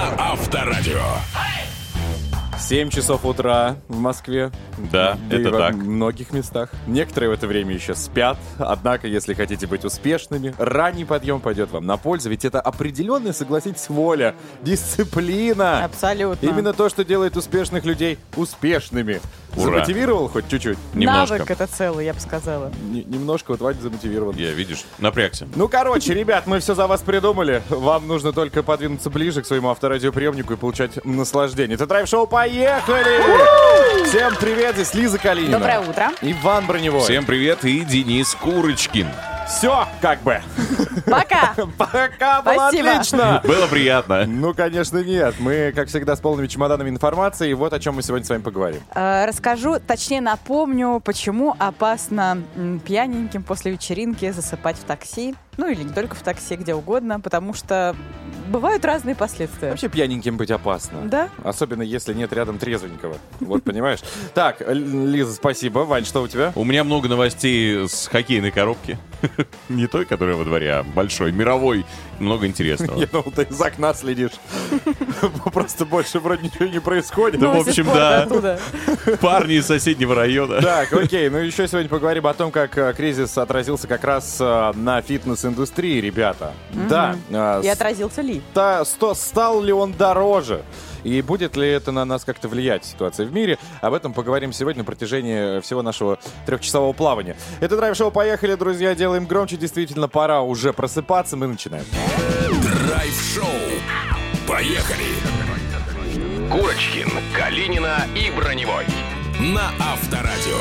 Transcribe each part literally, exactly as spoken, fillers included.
на Авторадио. семь часов утра в Москве. Да, да это и во так. многих местах. Некоторые в это время еще спят. Однако, если хотите быть успешными, ранний подъем пойдет вам на пользу. Ведь это определенная, согласитесь, воля, дисциплина. Абсолютно. Именно то, что делает успешных людей успешными. Ура. Замотивировал хоть чуть-чуть? Немножко. Навык это целый, я бы сказала. Н- немножко, вот Вадя замотивирован. Я, видишь, напрягся. Ну, короче, ребят, мы все за вас придумали. Вам нужно только подвинуться ближе к своему авторадиоприемнику и получать наслаждение. Это драйв-шоу «Поехали!» Всем привет, здесь Лиза Калинина. Доброе утро. Иван Броневой. Всем привет и Денис Курочкин. Все, как бы. Пока. Пока, было Спасибо. отлично. Было приятно. Ну, конечно, нет. Мы, как всегда, с полными чемоданами информации. И вот о чем мы сегодня с вами поговорим. Э, Расскажу, точнее напомню, почему опасно м, пьяненьким после вечеринки засыпать в такси. Ну, или не только в такси, где угодно, потому что бывают разные последствия. Вообще пьяненьким быть опасно. Да? Особенно, если нет рядом трезвенького. Вот, понимаешь? Так, Л- Лиза, спасибо. Вань, что у тебя? У меня много новостей с хоккейной коробки. Не той, которая во дворе, а большой, мировой. Много интересного. Я думал, ты из окна следишь. Просто больше вроде ничего не происходит. Да, в Новости общем, спорта да. оттуда. Парни из соседнего района. Так, окей, ну еще сегодня поговорим о том, как э, кризис отразился как раз э, на фитнес-индустрии, ребята. Да. э, И отразился ли? ста- сто- стал ли он дороже? И будет ли это на нас как-то влиять, ситуация в мире? Об этом поговорим сегодня на протяжении всего нашего трехчасового плавания. Это драйв-шоу «Поехали», друзья, делаем громче. Действительно, пора уже просыпаться, мы начинаем. Драйв-шоу. Поехали. Курочкин, Калинина и Броневой. На Авторадио.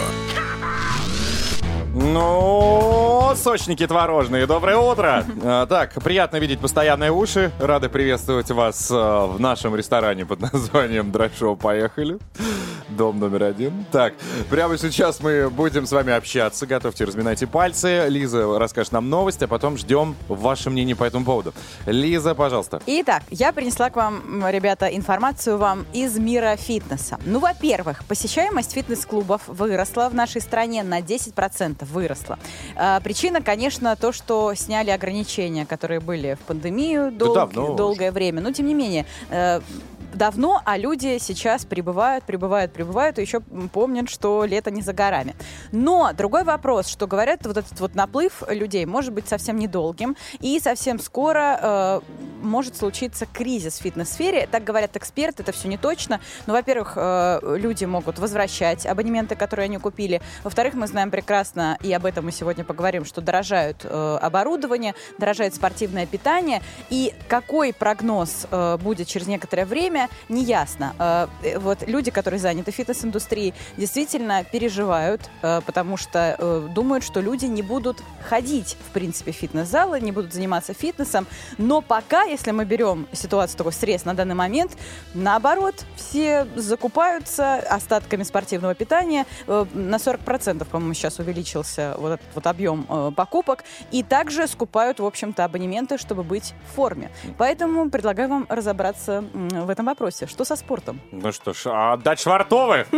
Ну, сочники творожные, доброе утро! А, так, приятно видеть постоянные уши. Рады приветствовать вас а, в нашем ресторане под названием «Драйв-шоу Поехали». Дом номер один. Так, прямо сейчас мы будем с вами общаться. Готовьте, разминайте пальцы. Лиза расскажет нам новости, а потом ждем ваше мнение по этому поводу. Лиза, пожалуйста. Итак, я принесла к вам, м, ребята, информацию вам из мира фитнеса. Ну, во-первых, посещаемость фитнес-клубов выросла в нашей стране на десять процентов. Выросла. А, причина, конечно, то, что сняли ограничения, которые были в пандемию дол- давно уже. долгое время. Но, тем не менее, э, давно, а люди сейчас прибывают, прибывают, прибывают и еще помнят, что лето не за горами. Но другой вопрос, что говорят, вот этот вот наплыв людей может быть совсем недолгим, и совсем скоро э, может случиться кризис в фитнес-сфере. Так говорят эксперты, это все не точно. Но, во-первых, э, люди могут возвращать абонементы, которые они купили. Во-вторых, мы знаем прекрасно, и об этом мы сегодня поговорим, что дорожают э, оборудование, дорожает спортивное питание, и какой прогноз э, будет через некоторое время, неясно. Э, вот люди, которые заняты в фитнес-индустрии, действительно переживают, э, потому что э, думают, что люди не будут ходить, в принципе, в фитнес-залы, не будут заниматься фитнесом, но пока, если мы берем ситуацию такой срез на данный момент, наоборот, все закупаются остатками спортивного питания, э, на сорок процентов, по-моему, сейчас увеличился вот этот вот объем э, покупок, и также скупают, в общем-то, абонементы, чтобы быть в форме. Поэтому предлагаю вам разобраться м, в этом вопросе. Что со спортом? Ну что ж, а отдать Швартовы.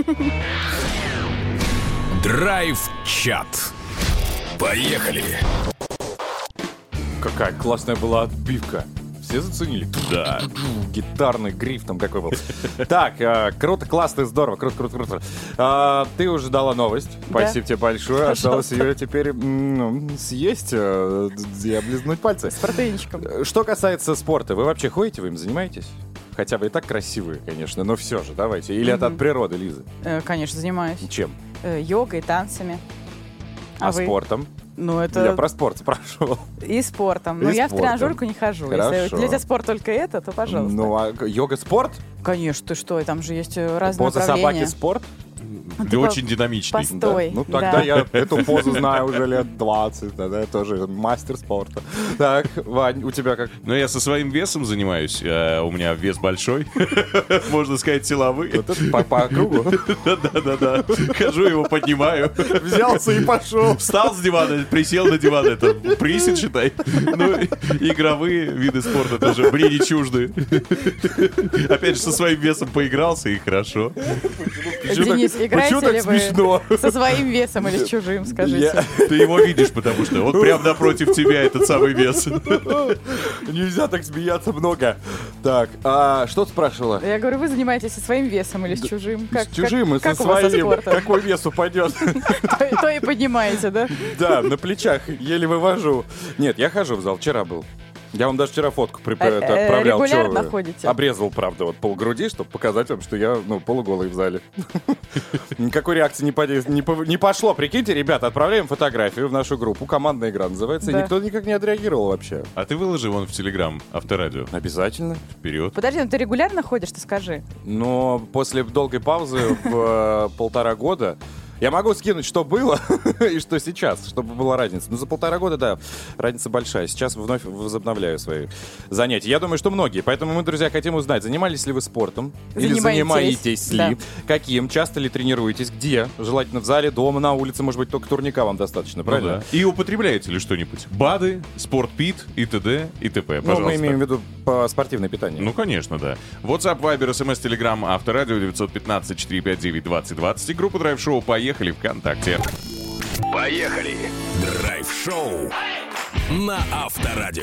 Драйв-чат. Поехали. Какая классная была отбивка. Все заценили? Да. Гитарный гриф там какой был. Так, э, круто, классно, здорово, круто, круто, круто. А, ты уже дала новость. Спасибо тебе большое. Пожалуйста. Осталось ее теперь м, ну, съесть э, и облизнуть пальцы. С протеинчиком. Что касается спорта, вы вообще ходите, вы им занимаетесь? Хотя вы и так красивые, конечно, но все же, давайте. Или это от природы, Лиза? Э, конечно, занимаюсь. Чем? Э, йогой, танцами. А, вы? спортом? Ну, это... Я про спорт спрашивал. И спортом. И Но я в спортом. тренажерку не хожу. Хорошо. Если для тебя спорт только это, то пожалуйста. Ну, а йога-спорт? Конечно, ты что, там же есть э, разные Поза направления. собаки спорт? Ты по- очень динамичный. Постой. Ну, тогда да. я эту позу знаю уже лет двадцать. Тогда я тоже мастер спорта. Так, Вань, у тебя как? Но я со своим весом занимаюсь. э, У меня вес большой. Можно сказать, силовые. Вот это по, по кругу. Да-да-да. Хожу, его поднимаю. Взялся и пошел. Встал с дивана, присел на диван. Это присед, считай. Ну, игровые виды спорта тоже мне не чужды. Опять же, со своим весом поигрался, и хорошо. Денис, играешь Гуляете так ли вы смешно? со своим весом или с чужим, скажите? Ты его видишь, потому что вот прямо напротив тебя этот самый вес. Нельзя так смеяться много. Так, а что ты спрашивала? Я говорю, вы занимаетесь со своим весом или с чужим? Как, С чужим и как, со как у вас со своим. спортом? Какой вес упадет? То, то и поднимаете, да? Да, на плечах еле вывожу. Нет, я хожу в зал, вчера был. Я вам даже вчера фотку при- Э, это э, отправлял. регулярно Чё вы? ходите? Обрезал, правда, вот полгруди, чтобы показать вам, что я, ну, полуголый в зале. Никакой реакции не, поде- не, пов- не пошло. Прикиньте, ребята, отправляем фотографию в нашу группу. Командная игра называется. И Да. никто никак не отреагировал вообще. А ты выложи вон в Телеграм Авторадио. Обязательно. Вперед. Подожди, ну ты регулярно ходишь, ты скажи. Но после долгой паузы в э, полтора года я могу скинуть, что было и что сейчас, чтобы была разница. Ну, за полтора года, да, разница большая. Сейчас вновь возобновляю свои занятия. Я думаю, что многие. Поэтому мы, друзья, хотим узнать, занимались ли вы спортом? Или Занимаетесь. занимаетесь ли? Да. Каким? Часто ли тренируетесь? Где? Желательно в зале, дома, на улице. Может быть, только турника вам достаточно, Ну правильно? да. И употребляете ли что-нибудь? БАДы, спортпит и т.д. и т.п. Ну, Пожалуйста. мы имеем в виду по спортивное питание. Ну, конечно, да. WhatsApp, Viber, эс эм эс, Telegram, Авторадио девять один пять четыре пять девять двадцать двадцать и группа Драйв-шоу «Поехали» ВКонтакте. Поехали! Драйв-шоу на Авторадио.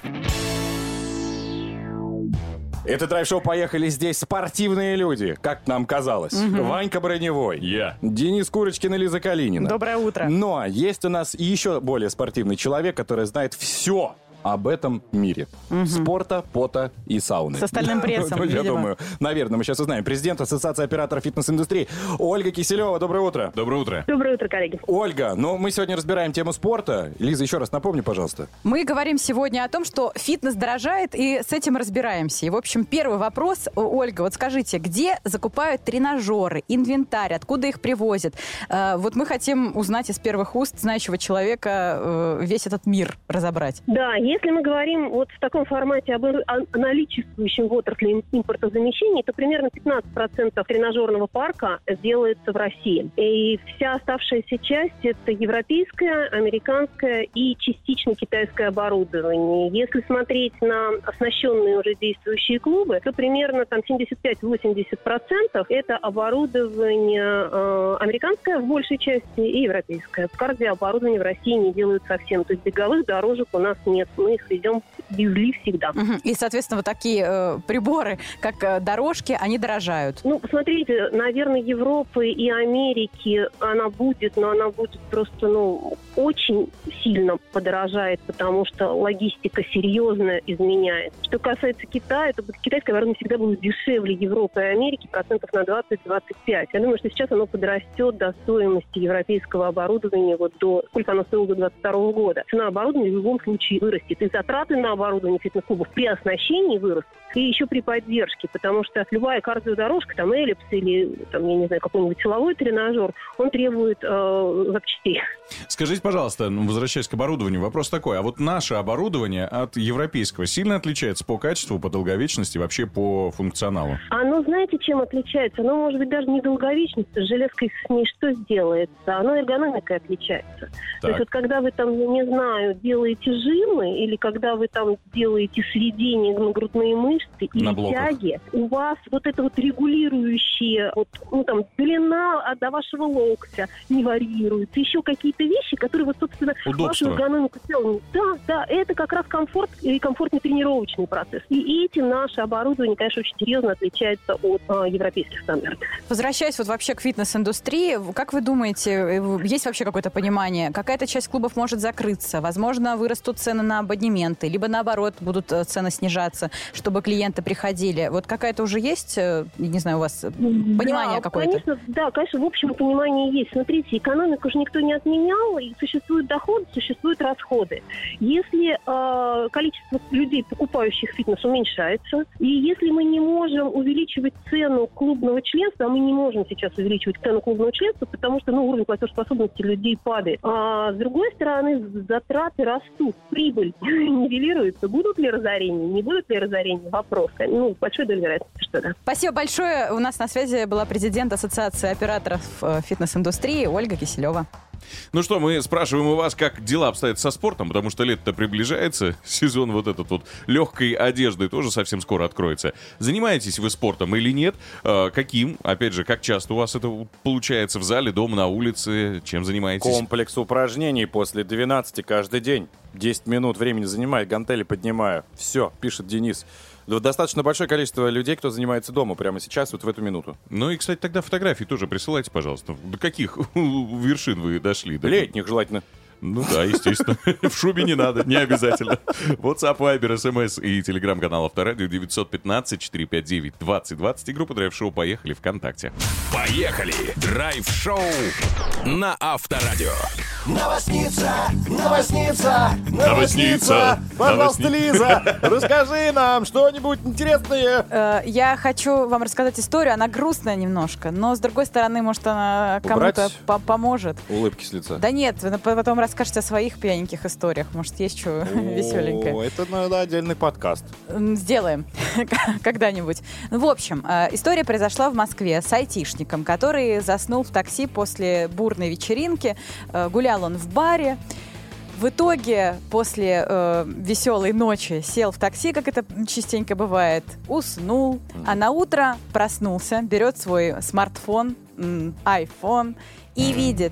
Это драйв-шоу «Поехали». Здесь спортивные люди, как нам казалось. Ванька Броневой. Я. Денис Курочкин и Лиза Калинина. Доброе утро. Но есть у нас еще более спортивный человек, который знает все об этом мире. Спорта, пота и сауны. С остальным прессом, Ну, я видимо. думаю, наверное, мы сейчас узнаем. Президент Ассоциации операторов фитнес-индустрии Ольга Киселева. Доброе утро. Доброе утро. Доброе утро, коллеги. Ольга, ну мы сегодня разбираем тему спорта. Лиза, еще раз напомни, пожалуйста. Мы говорим сегодня о том, что фитнес дорожает, и с этим разбираемся. И, в общем, первый вопрос, О, Ольга, вот скажите, где закупают тренажеры, инвентарь, откуда их привозят? Э, вот мы хотим узнать из первых уст знающего человека э, весь этот мир разобрать. Да, если мы говорим вот в таком формате об о наличествующем в отрасли импортозамещении, то примерно пятнадцать процентов тренажерного парка делается в России. И вся оставшаяся часть – это европейское, американское и частично китайское оборудование. Если смотреть на оснащенные уже действующие клубы, то примерно там семьдесят пять - восемьдесят процентов это оборудование э, американское в большей части и европейское. Кардиооборудование в России не делают совсем. То есть беговых дорожек у нас нет. Мы их ведем, везли всегда. Мгм. И, соответственно, вот такие э, приборы, как э, дорожки, они дорожают. Ну, посмотрите, наверное, Европы и Америки она будет, но она будет просто, ну, очень сильно подорожает, потому что логистика серьезно изменяется. Что касается Китая, то китайское оборудование всегда будет дешевле Европы и Америки процентов на двадцать - двадцать пять. Я думаю, что сейчас оно подрастет до стоимости европейского оборудования, вот до, сколько оно стоило до двадцать второго года. Цена оборудования в любом случае вырастет. И затраты на оборудование фитнес-клубов при оснащении вырастут. И еще при поддержке, потому что любая кардиодорожка, там, эллипс или, там, я не знаю, какой-нибудь силовой тренажер, он требует э, запчастей. Скажите, пожалуйста, ну, возвращаясь к оборудованию, вопрос такой. А вот наше оборудование от европейского сильно отличается по качеству, по долговечности, вообще по функционалу? Оно, знаете, чем отличается? Оно, может быть, даже не долговечностью. С железкой с ней что сделается? Оно эргономикой отличается. То есть вот когда вы там, я не знаю, делаете жимы, или когда вы там делаете сведения на грудные мышцы или На блоках. тяги, у вас вот это вот регулирующие, вот, ну там, длина от- до вашего локтя не варьируется. Еще какие-то вещи, которые, вот, собственно, Удобство. вашу эргономику тела. Да, да, это как раз комфорт и комфортный тренировочный процесс. И этим наше оборудование, конечно, очень серьезно отличается от а, европейских стандартов. Возвращаясь вот вообще к фитнес-индустрии, как вы думаете, э, есть вообще какое-то понимание, какая-то часть клубов может закрыться, возможно, вырастут цены на абонементы, либо наоборот будут э, цены снижаться, чтобы клиенты приходили. Вот какая-то уже есть, э, не знаю, у вас э, понимание да, какое-то? Конечно, да, конечно, в общем понимании есть. Смотрите, экономику же никто не отменял, и существуют доходы, существуют расходы. Если э, количество людей, покупающих фитнес, уменьшается, и если мы не можем увеличивать цену клубного членства, а мы не можем сейчас увеличивать цену клубного членства, потому что, ну, уровень платежеспособности людей падает. А с другой стороны, затраты растут, прибыль нивелируется. Будут ли разорения, не будут ли разорения? Вопрос. Ну, большой доля вероятности, что да. Спасибо большое. У нас на связи была президент Ассоциации операторов э, фитнес-индустрии Ольга Киселева. Ну что, мы спрашиваем у вас, как дела обстоят со спортом, потому что лето-то приближается, сезон вот этот вот легкой одежды тоже совсем скоро откроется. Занимаетесь вы спортом или нет? Э, каким? Опять же, как часто у вас это получается в зале, дома, на улице? Чем занимаетесь? Комплекс упражнений после двенадцати каждый день. десять минут времени занимает, гантели поднимаю. Все, пишет Денис. Достаточно большое количество людей, кто занимается дома прямо сейчас, вот в эту минуту. Ну и, кстати, тогда фотографии тоже присылайте, пожалуйста. До каких вершин вы дошли? Летних желательно. Ну да, естественно. В шубе не надо, не обязательно. WhatsApp, Viber, смс и телеграм-канал Авторадио девятьсот пятнадцать четыреста пятьдесят девять двадцать двадцать и группа Драйв-шоу «Поехали» ВКонтакте. Поехали! Драйв-шоу на Авторадио. Новосница, новосница, Новосница. Пожалуйста, Лиза, расскажи нам что-нибудь интересное. Э, Я хочу вам рассказать историю. Она грустная немножко, но, с другой стороны, может, она Убрать кому-то по- поможет. Улыбки с лица. Да нет, вы потом расскажете о своих пьяненьких историях. Может, есть что веселенькое. О, это надо отдельный подкаст. М, Сделаем когда-нибудь. Ну, в общем, э, история произошла в Москве с айтишником, который заснул в такси после бурной вечеринки. Э, Гулял он в баре. В итоге, после э, веселой ночи, сел в такси, как это частенько бывает, уснул, а на утро проснулся, берет свой смартфон, м, iPhone, и видит,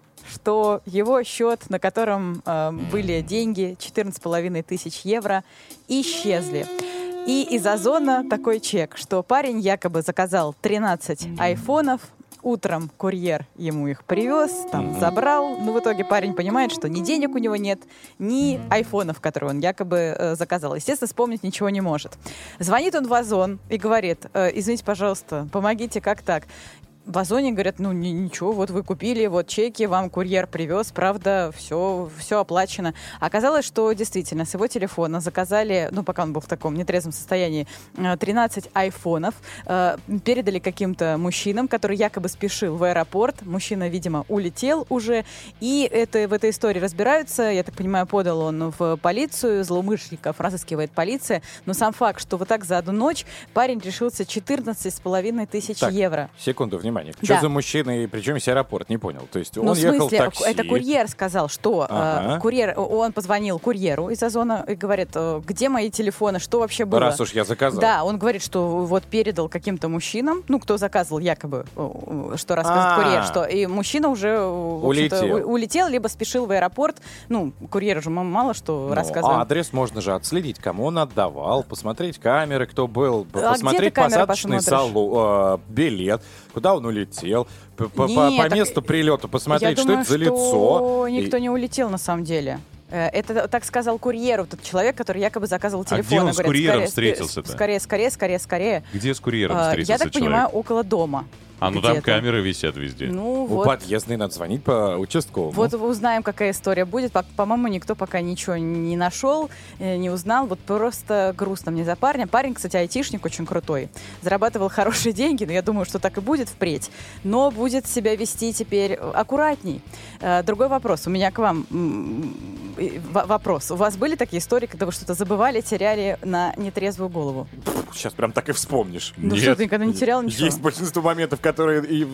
что его счет, на котором э, были деньги, четырнадцать с половиной тысяч евро, исчезли. И из Озона такой чек, что парень якобы заказал тринадцать айфонов, утром курьер ему их привез, там забрал, но в итоге парень понимает, что ни денег у него нет, ни айфонов, которые он якобы э, заказал. Естественно, вспомнить ничего не может. Звонит он в Озон и говорит: э, извините, пожалуйста, помогите, как так? В Озоне говорят: ну ни- ничего, вот вы купили, вот чеки, вам курьер привез, правда, все, все оплачено. Оказалось, что действительно с его телефона заказали, ну пока он был в таком нетрезвом состоянии, э, тринадцать айфонов, э, передали каким-то мужчинам, который якобы спешил в аэропорт. Мужчина, видимо, улетел уже, и это, в этой истории разбираются. Я так понимаю, подал он в полицию, злоумышленников разыскивает полиция, но сам факт, что вот так за одну ночь парень решился четырнадцать с половиной тысяч Так, евро. секунду, внимание. Что Да. за мужчина и причем здесь аэропорт? Не понял. То есть Ну, он в ехал в смысле, такси. это курьер сказал, что Ага. э, курьер, он позвонил курьеру из Озона и говорит: э, где мои телефоны, что вообще было? Раз уж я заказал. Да, он говорит, что вот передал каким-то мужчинам, ну, кто заказывал якобы, э, что рассказывает А. курьер, что и мужчина уже э, в общем-то, Улетел. у- улетел, либо спешил в аэропорт. Ну, курьер же м- мало что Ну, рассказывает. адрес можно же отследить, кому он отдавал, посмотреть камеры, кто был, А посмотреть где ты камеры посадочный посмотришь? салон, э, билет, куда он улетел, по, по- Не, по так месту прилета посмотреть, Я что думаю, это за что лицо. никто И- не улетел на самом деле. Э, Это так сказал курьеру, тот человек, который якобы заказывал телефон. где он И с говорит: курьером «Скорее, встретился-то?» Скорее, скорее, скорее, скорее. Где с курьером А, встретился Я так человек? понимаю, около дома. А, ну там где-то. камеры висят везде. Ну У вот. подъездной надо звонить по участковому. Вот узнаем, какая история будет. По- По-моему, никто пока ничего не нашел, э, не узнал. Вот просто грустно мне за парня. Парень, кстати, айтишник очень крутой. Зарабатывал хорошие деньги, но я думаю, что так и будет впредь. Но будет себя вести теперь аккуратней. Э, Другой вопрос. У меня к вам м, и в- вопрос. У вас были такие истории, когда вы что-то забывали, теряли на нетрезвую голову? Сейчас прям так и вспомнишь. Ну Нет. что, ты никогда не терял ничего? Есть большинство моментов, которые и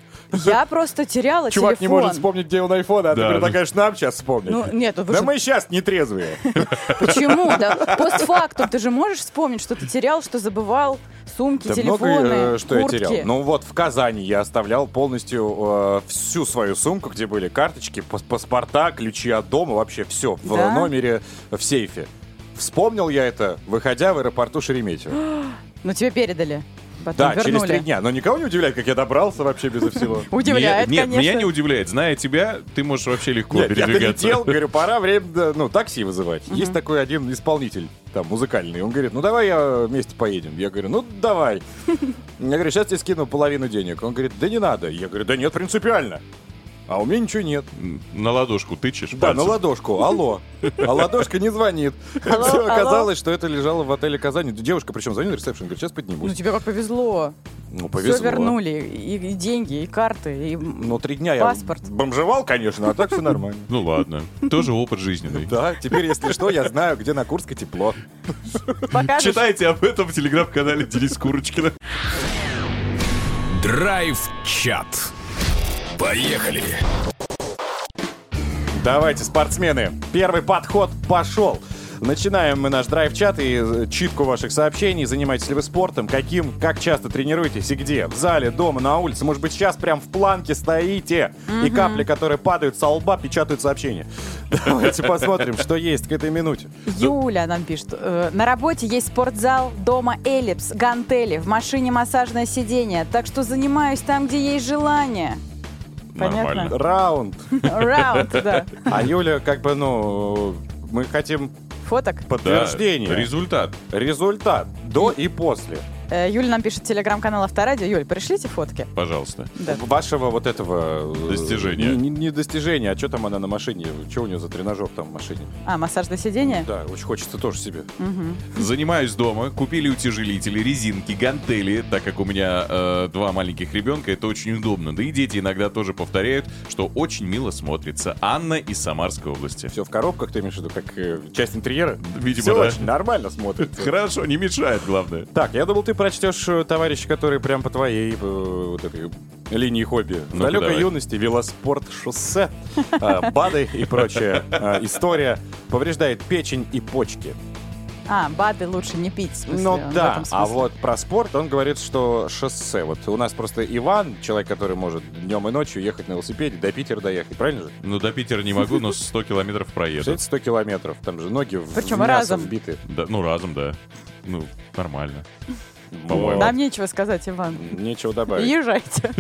Я просто теряла чувак телефон. не может вспомнить, где он айфон, а ты Да. предлагаешь нам сейчас вспомнить. Ну, нет, вы Да же- мы сейчас нетрезвые. Почему? Да, постфактум ты же можешь вспомнить, что ты терял, что забывал, сумки, Да телефоны, много, э, что куртки. я терял. Ну вот в Казани я оставлял полностью э, всю свою сумку, где были карточки, пас- паспорта, ключи от дома, вообще все в Да? номере, в сейфе. Вспомнил я это, выходя в аэропорту Шереметьево. Ну, тебе передали. Потом Да, вернули. через три дня. Но никого не удивляет, как я добрался вообще безо всего. Удивляет, Меня- нет, конечно. меня не удивляет. Зная тебя, ты можешь вообще легко Нет, я передвигаться. долетел, говорю, пора время, да, ну, такси вызывать. Есть такой один исполнитель, там, музыкальный. Он говорит, ну, давай я вместе поедем. Я говорю, ну, давай. Я говорю, сейчас тебе скину половину денег. Он говорит, да не надо. Я говорю, да нет, принципиально. А у меня ничего нет. На ладошку тычешь Да, на пальцем. ладошку. Алло. А ладошка не звонит. Алло, Все алло. оказалось, что это лежало в отеле Казани. Девушка, причем звонила ресепшн, говорит, сейчас Ну, поднимусь. тебе как повезло. Ну, Все повезло. вернули. И, и деньги, и карты, и... Ну, три дня Паспорт. я бомжевал, конечно, а так все нормально. Ну ладно. Тоже опыт жизненный. Да, теперь, если что, я знаю, где на Курской тепло. Покажешь? Читайте об этом в телеграм-канале Денис Курочкина. Драйв-чат. Поехали! Давайте, спортсмены, первый подход пошел. Начинаем мы наш драйв-чат и читку ваших сообщений. Занимаетесь ли вы спортом? Каким? Как часто тренируетесь и где? В зале, дома, на улице? Может быть, сейчас прям в планке стоите, mm-hmm. и капли, которые падают со лба, печатают сообщения. Давайте посмотрим, что есть к этой минуте. Юля нам пишет. На работе есть спортзал, дома эллипс, гантели, в машине массажное сиденье. Так что занимаюсь там, где есть желание. Понятно? Нормально. Раунд. Раунд, да. А Юля, как бы, ну, мы хотим Фоток? подтверждение. Да, результат. Результат. До и после. Э, Юля нам пишет телеграм-канал Авторадио. Юль, пришлите фотки. Пожалуйста. Да. Вашего вот этого... э, Достижения. Не, не- не достижения, а что там она на машине? Что у нее за тренажер там в машине? А, массажное сиденье? Да, очень хочется тоже себе. Занимаюсь дома, купили утяжелители, резинки, гантели, так как у меня э, два маленьких ребенка, это очень удобно. Да и дети иногда тоже повторяют, что очень мило смотрится. Анна из Самарской области. Все в коробках, ты имеешь в виду, как э, часть интерьера? Видимо, Все да. очень нормально смотрится. Хорошо, не мешает, главное. Так, я думал, ты прочтешь э, товарища, которые прям по твоей э, вот этой линии хобби. В Ну-ка, далекой давай. юности велоспорт, шоссе, э, БАДы и прочая э, история повреждает печень и почки. А, БАДы лучше не пить, в смысле, Ну в да, этом смысле. а вот про спорт он говорит, что шоссе. Вот у нас просто Иван, человек, который может днем и ночью ехать на велосипеде, до Питера доехать, правильно же? Ну, до Питера не могу, но сто километров проеду. Представляете, сто километров, там же ноги в, Причем в мясо разом. вбиты. Да, ну, разом, да. Ну, нормально. По-моему. Нам нечего сказать, Иван. Нечего добавить. Езжайте.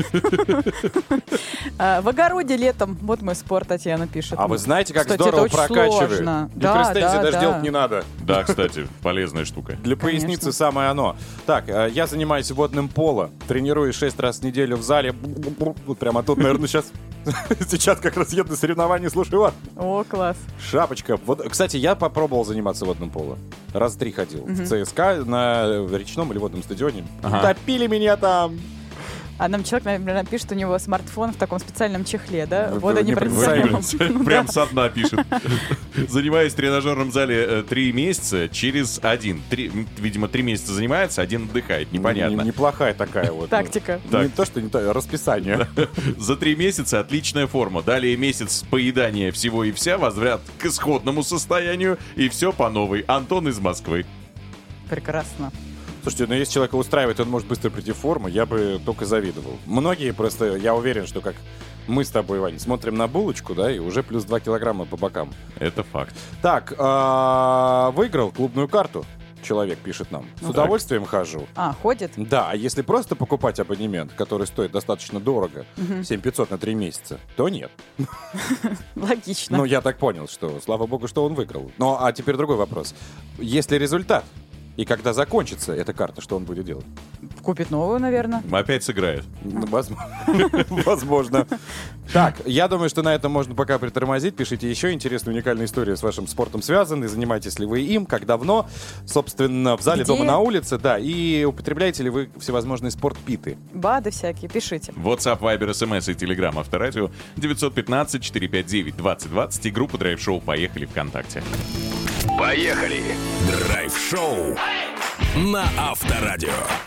А, В огороде летом. Вот мой спорт, Татьяна пишет. А вы знаете, как Кстати, здорово это очень прокачивает? сложно. Для Да, пристензии да, даже да. делать не надо. Да, кстати, полезная штука. Для Конечно. поясницы самое оно. Так, э, я занимаюсь водным поло. Тренируюсь шесть раз в неделю в зале. Вот прямо тут, наверное, сейчас... Сейчас как раз еду на соревнования, слушай, вот. О, класс. Шапочка. Вот, кстати, я попробовал заниматься водным поло. Раз три ходил. В ЦСКА на речном или водном стадионе. Ага. Топили меня там. А нам человек, наверное, пишет, у него смартфон в таком специальном чехле, да? Вы- Вот вы они не профессионалы. Прям со дна пишет. Занимаюсь в тренажерном зале э, три месяца через один. Три, м, видимо, три месяца занимается, один отдыхает. Непонятно. Н- Неплохая такая вот. Тактика. Ну, Не то, что не то, расписание. За три месяца отличная форма. Далее месяц поедания всего и вся, возврат к исходному состоянию, и все по новой. Антон из Москвы. Прекрасно. Слушайте, ну если человека устраивает, он может быстро прийти в форму, я бы только завидовал. Многие просто, я уверен, что как мы с тобой, Вань, смотрим на булочку, да, и уже плюс два килограмма по бокам. Это факт. Так, а, выиграл клубную карту, человек пишет нам. С Ну, удовольствием хожу. А, ходит? Да, а если просто покупать абонемент, который стоит достаточно дорого, семь тысяч пятьсот на три месяца, то нет. Логично. Ну, я так понял, что, слава богу, что он выиграл. Ну, а теперь другой вопрос. Если результат, и когда закончится эта карта, что он будет делать? Купит новую, наверное. Опять сыграет. Ну, возможно. Возможно. Так, я думаю, что на этом можно пока притормозить. Пишите еще интересные уникальные истории с вашим спортом связаны. Занимаетесь ли вы им, как давно, собственно, в зале, Где? дома, на улице, да. И употребляете ли вы всевозможные спортпиты? БАДы всякие, пишите. WhatsApp, Viber, смс и Telegram Авторадио девятьсот пятнадцать четыреста пятьдесят девять двадцать двадцать и группа Драйв-шоу «Поехали» ВКонтакте. Поехали! Драйв-шоу на Авторадио.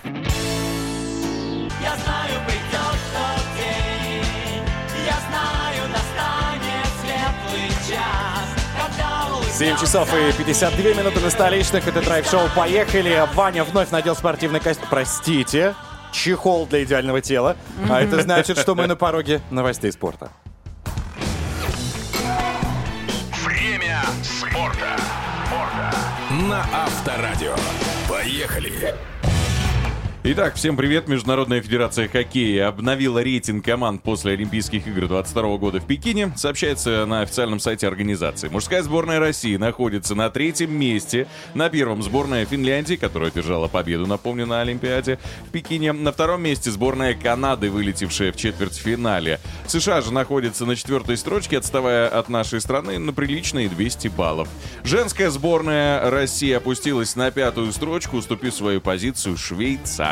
Я знаю, придет тот день, я знаю, настанет светлый час, когда улыбнется... семь часов и пятьдесят две минуты на столичных. Это драйв-шоу «Поехали». Ваня вновь надел спортивный костюм. Простите, чехол для идеального тела. А это значит, что мы на пороге новостей спорта. Время спорта. На Авторадио. Поехали! Итак, всем привет. Международная федерация хоккея обновила рейтинг команд после Олимпийских игр двадцать второго года в Пекине. Сообщается на официальном сайте организации. Мужская сборная России находится на третьем месте. На первом сборная Финляндии, которая одержала победу, напомню, на Олимпиаде в Пекине. На втором месте сборная Канады, вылетевшая в четвертьфинале. США же находится на четвертой строчке, отставая от нашей страны на приличные двести баллов. Женская сборная России опустилась на пятую строчку, уступив свою позицию Швейцарии.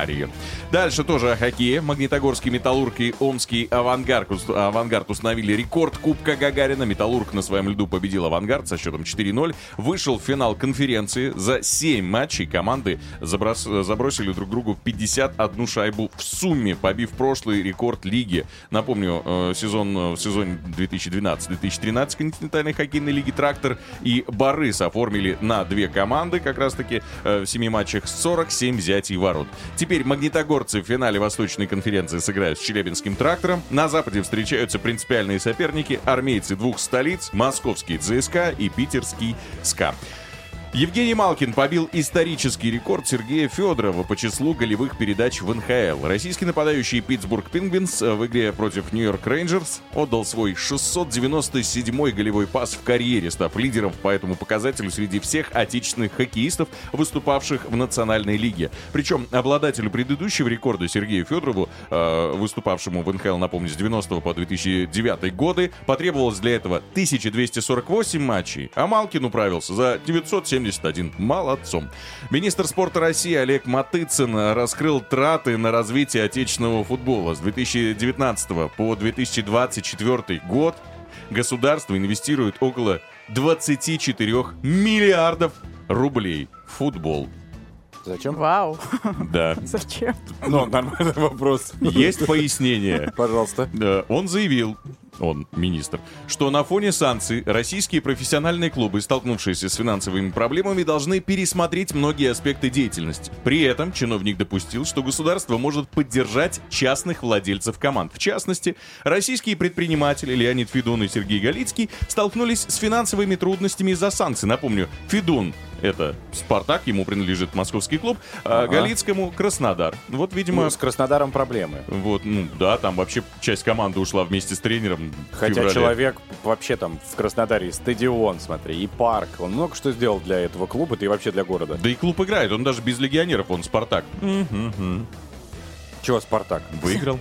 Самаре. Дальше тоже о хоккее. Магнитогорский «Металлург» и омский «Авангард», «Авангард» установили рекорд Кубка Гагарина. «Металлург» на своем льду победил «Авангард» со счетом четыре ноль. Вышел в финал конференции. За семь матчей команды заброс... забросили друг другу пятьдесят одну шайбу в сумме, побив прошлый рекорд лиги. Напомню, сезон, в сезоне две тысячи двенадцатый - две тысячи тринадцатый континентальной хоккейной лиги «Трактор» и «Борис» оформили на две команды, как раз-таки в семи матчах сорок семь взятий ворот. Теперь магнитогорцы в финале Восточной конференции сыграют с Челябинским «Трактором». На Западе встречаются принципиальные соперники — армейцы двух столиц, московский ЦСКА и питерский СКА. Евгений Малкин побил исторический рекорд Сергея Федорова по числу голевых передач в эн ха эл. Российский нападающий Питтсбург Пингвинс в игре против Нью-Йорк Рейнджерс отдал свой шестьсот девяносто седьмой голевой пас в карьере, став лидером по этому показателю среди всех отечественных хоккеистов, выступавших в национальной лиге. Причем обладателю предыдущего рекорда Сергею Федорову, э, выступавшему в эн ха эл, напомню, с девяностого по две тысячи девятый годы, потребовалось для этого тысяча двести сорок восемь матчей, а Малкин управился за девятьсот семьдесят один. Молодцом. Министр спорта России Олег Матыцын раскрыл траты на развитие отечественного футбола. С две тысячи девятнадцатого по две тысячи двадцать четвёртый год государство инвестирует около двадцать четыре миллиардов рублей в футбол. Зачем? Вау. Да. Зачем? Ну, нормальный вопрос. Есть пояснение. Пожалуйста. Да, он заявил, он, министр, что на фоне санкций российские профессиональные клубы, столкнувшиеся с финансовыми проблемами, должны пересмотреть многие аспекты деятельности. При этом чиновник допустил, что государство может поддержать частных владельцев команд. В частности, российские предприниматели Леонид Федун и Сергей Галицкий столкнулись с финансовыми трудностями из-за санкций. Напомню, Федун — это «Спартак», ему принадлежит московский клуб, а ага. Галицкому — Краснодар. Вот, видимо... Ну, с Краснодаром проблемы. Вот, ну да, там вообще часть команды ушла вместе с тренером. Хотя человек вообще там в Краснодаре стадион, смотри, и парк. Он много что сделал для этого клуба, да и вообще для города. Да и клуб играет, он даже без легионеров, он «Спартак». Угу. Чего «Спартак»? Выиграл.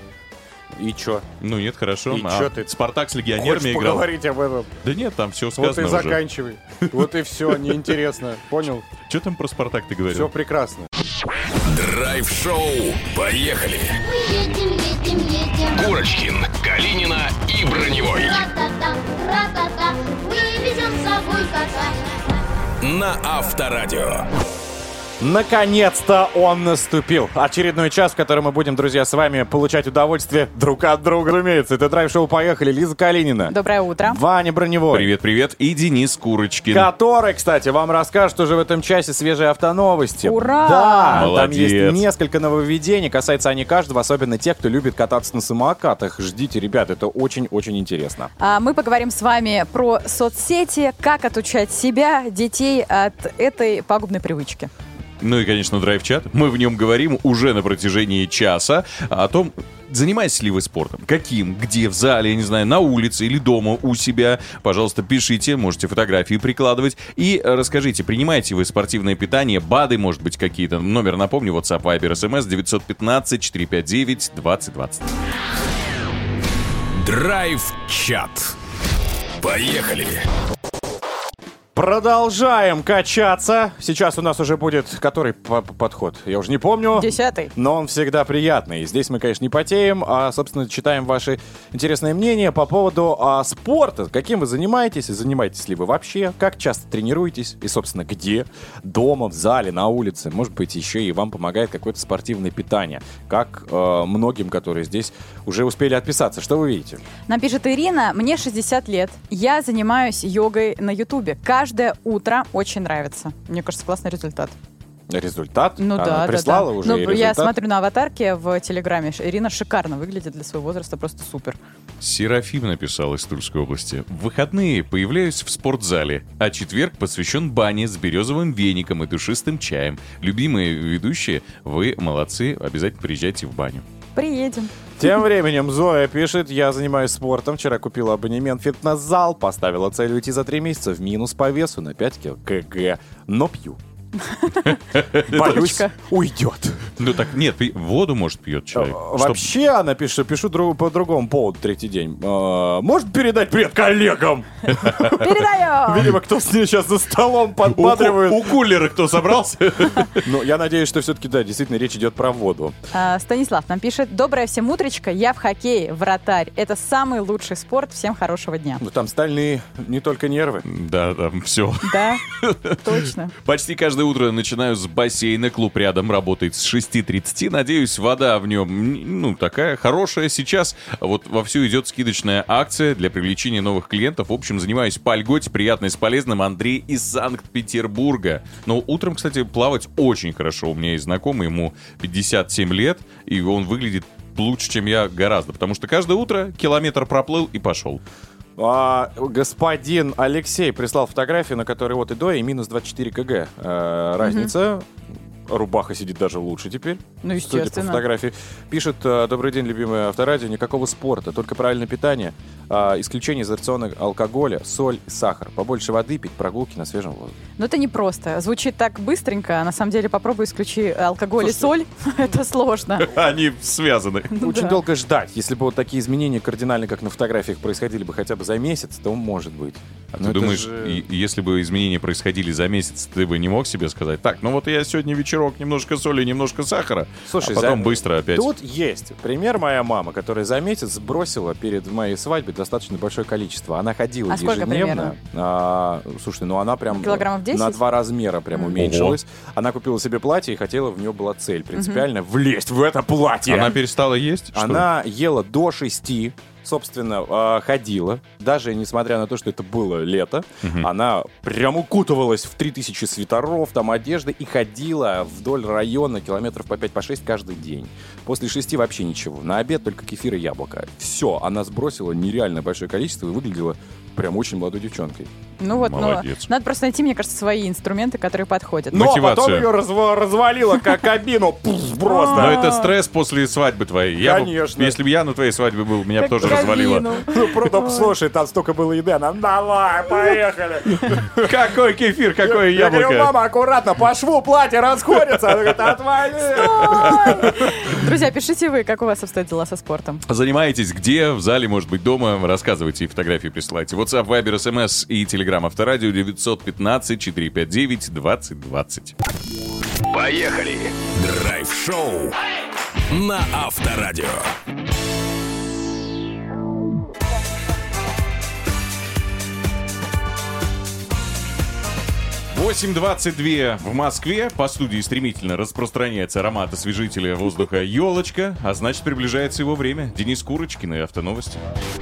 И чё? Ну нет, хорошо. И а чё ты? «Спартак» с легионерами Хочешь играл. поговорить об этом? Да нет, там все сказано уже. Вот и заканчивай. Вот и все, неинтересно. Понял? Что там про «Спартак» ты говорил? Все прекрасно. Драйв-шоу. Поехали. Мы едем, едем, едем. Курочкин, Калинина и Броневой. Ра-та-та, ра-та-та. Мы везем с собой кота. На Авторадио. Наконец-то он наступил. Очередной час, в котором мы будем, друзья, с вами получать удовольствие друг от друга, разумеется. Это драйв-шоу «Поехали». Лиза Калинина. Доброе утро. Ваня Броневой. Привет-привет. И Денис Курочкин. Который, кстати, вам расскажет уже в этом часе свежие автоновости. Ура! Да, молодец. Там есть несколько нововведений. Касается они каждого, особенно тех, кто любит кататься на самокатах. Ждите, ребят, это очень-очень интересно. А мы поговорим с вами про соцсети, как отучать себя, детей от этой пагубной привычки. Ну и, конечно, драйв-чат. Мы в нем говорим уже на протяжении часа о том, занимаетесь ли вы спортом, каким, где, в зале, я не знаю, на улице или дома у себя. Пожалуйста, пишите, можете фотографии прикладывать. И расскажите, принимаете вы спортивное питание, БАДы, может быть, какие-то. Номер, напомню, WhatsApp, Viber, эс эм эс девять один пять четыре пять девять двадцать двадцать. Драйв-чат. Поехали. Продолжаем качаться. Сейчас у нас уже будет который подход? Я уже не помню. Десятый. Но он всегда приятный. Здесь мы, конечно, не потеем, а, собственно, читаем ваши интересные мнения по поводу а, спорта. Каким вы занимаетесь? И занимаетесь ли вы вообще? Как часто тренируетесь? И, собственно, где? Дома, в зале, на улице. Может быть, еще и вам помогает какое-то спортивное питание. Как э, многим, которые здесь уже успели отписаться. Что вы видите? Нам пишет Ирина. Мне шестьдесят лет. Я занимаюсь йогой на Ютубе. Каждое утро очень нравится. Мне кажется, классный результат. Результат? Ну Она да, прислала да, да. уже Ну, результат? я смотрю на аватарке в Телеграме. Ирина шикарно выглядит для своего возраста, просто супер. Серафим написал из Тульской области. В выходные появляюсь в спортзале, а четверг посвящен бане с березовым веником и душистым чаем. Любимые ведущие, вы молодцы, обязательно приезжайте в баню. Приедем. Тем временем Зоя пишет: я занимаюсь спортом, вчера купила абонемент в фитнес-зал, поставила цель уйти за три месяца в минус по весу на пять килограмм, но пью. Боюсь, уйдет. Ну так нет, пи- воду, может, пьет человек. Чтоб- Вообще, она пишет, пишу друг- по другому поводу третий день. А, Может передать привет коллегам? Передаем! Видимо, кто с ней сейчас за столом У, подбадривает. ку- у кулера кто собрался? Ну, я надеюсь, что все-таки, да, действительно речь идет про воду. А, Станислав нам пишет: доброе всем утречко, я в хоккее, вратарь. Это самый лучший спорт, всем хорошего дня. Ну, там стальные не только нервы. Да, там все. Да, точно. Почти каждое утро начинаю с бассейна. Клуб рядом работает с шести тридцати. Надеюсь, вода в нем, ну, такая хорошая. Сейчас вот вовсю идет скидочная акция для привлечения новых клиентов. В общем, занимаюсь по льготе, приятно и с полезным. Андрей из Санкт-Петербурга. Но утром, кстати, плавать очень хорошо. У меня есть знакомый, ему пятьдесят семь лет, и он выглядит лучше, чем я, гораздо. Потому что каждое утро километр проплыл и пошел. А, господин Алексей прислал фотографию, на которой от и до и минус двадцать четыре килограмма. Э, разница. Рубаха сидит даже лучше теперь. Ну, Судя по естественно. фотографии. Пишет: э, добрый день, любимое авторадио. Никакого спорта, только правильное питание. А, исключение из рациона алкоголя, соль, сахар. Побольше воды пить, прогулки на свежем воздухе. Но это непросто. Звучит так быстренько, а на самом деле попробуй исключи алкоголь и Слушай. соль. Это сложно. Они связаны. Очень да. долго ждать. Если бы вот такие изменения кардинально, как на фотографиях, происходили бы хотя бы за месяц, то может быть. А Но ты это думаешь, же- и- если бы изменения происходили за месяц, ты бы не мог себе сказать: так, ну вот я сегодня вечерок, немножко соли, немножко сахара, Слушай, а потом за- быстро опять. Тут есть пример. Моя мама, которая за месяц сбросила перед моей свадьбой достаточно большое количество. Она ходила А сколько ежедневно. примерно? А, слушай, ну она прям Килограммов десять? на два размера прям Мгм. уменьшилась. Она купила себе платье и хотела, в нее была цель принципиально влезть в это платье. Она перестала есть? Что ли? Она ела до шести, собственно, э, ходила. Даже несмотря на то, что это было лето, она прям укутывалась в три тысячи свитеров, там одежды, и ходила вдоль района километров по пять, по шесть каждый день. После шести вообще ничего. На обед только кефир и яблоко. Все, она сбросила нереально большое количество и выглядела прям очень молодой девчонкой. Ну вот, но Молодец. надо просто найти, мне кажется, свои инструменты, которые подходят. Но Мотивацию. потом ее разва- развалило как кабину. Пф, просто. Но это стресс после свадьбы твоей. Я бы- Конечно. если бы я на твоей свадьбе был, меня бы Как тоже развалило. кабину. Ну, просто, слушай, там столько было еды. Она, давай, поехали. Какой кефир, какое Я говорю, яблоко. мама, аккуратно, по шву платье расходится. Она говорит, отвали. Друзья, пишите вы, как у вас обстоят дела со спортом. Занимаетесь где? В зале, может быть, дома? Рассказывайте и фотографии присылайте. WhatsApp, Viber, СМС и Telegram Авторадио девятьсот пятнадцать четыреста пятьдесят девять двадцать двадцать. Поехали! Драйв-шоу на Авторадио. восемь двадцать два в Москве. По студии стремительно распространяется аромат освежителя воздуха «Елочка», а значит, приближается его время. Денис Курочкин и Автоновости.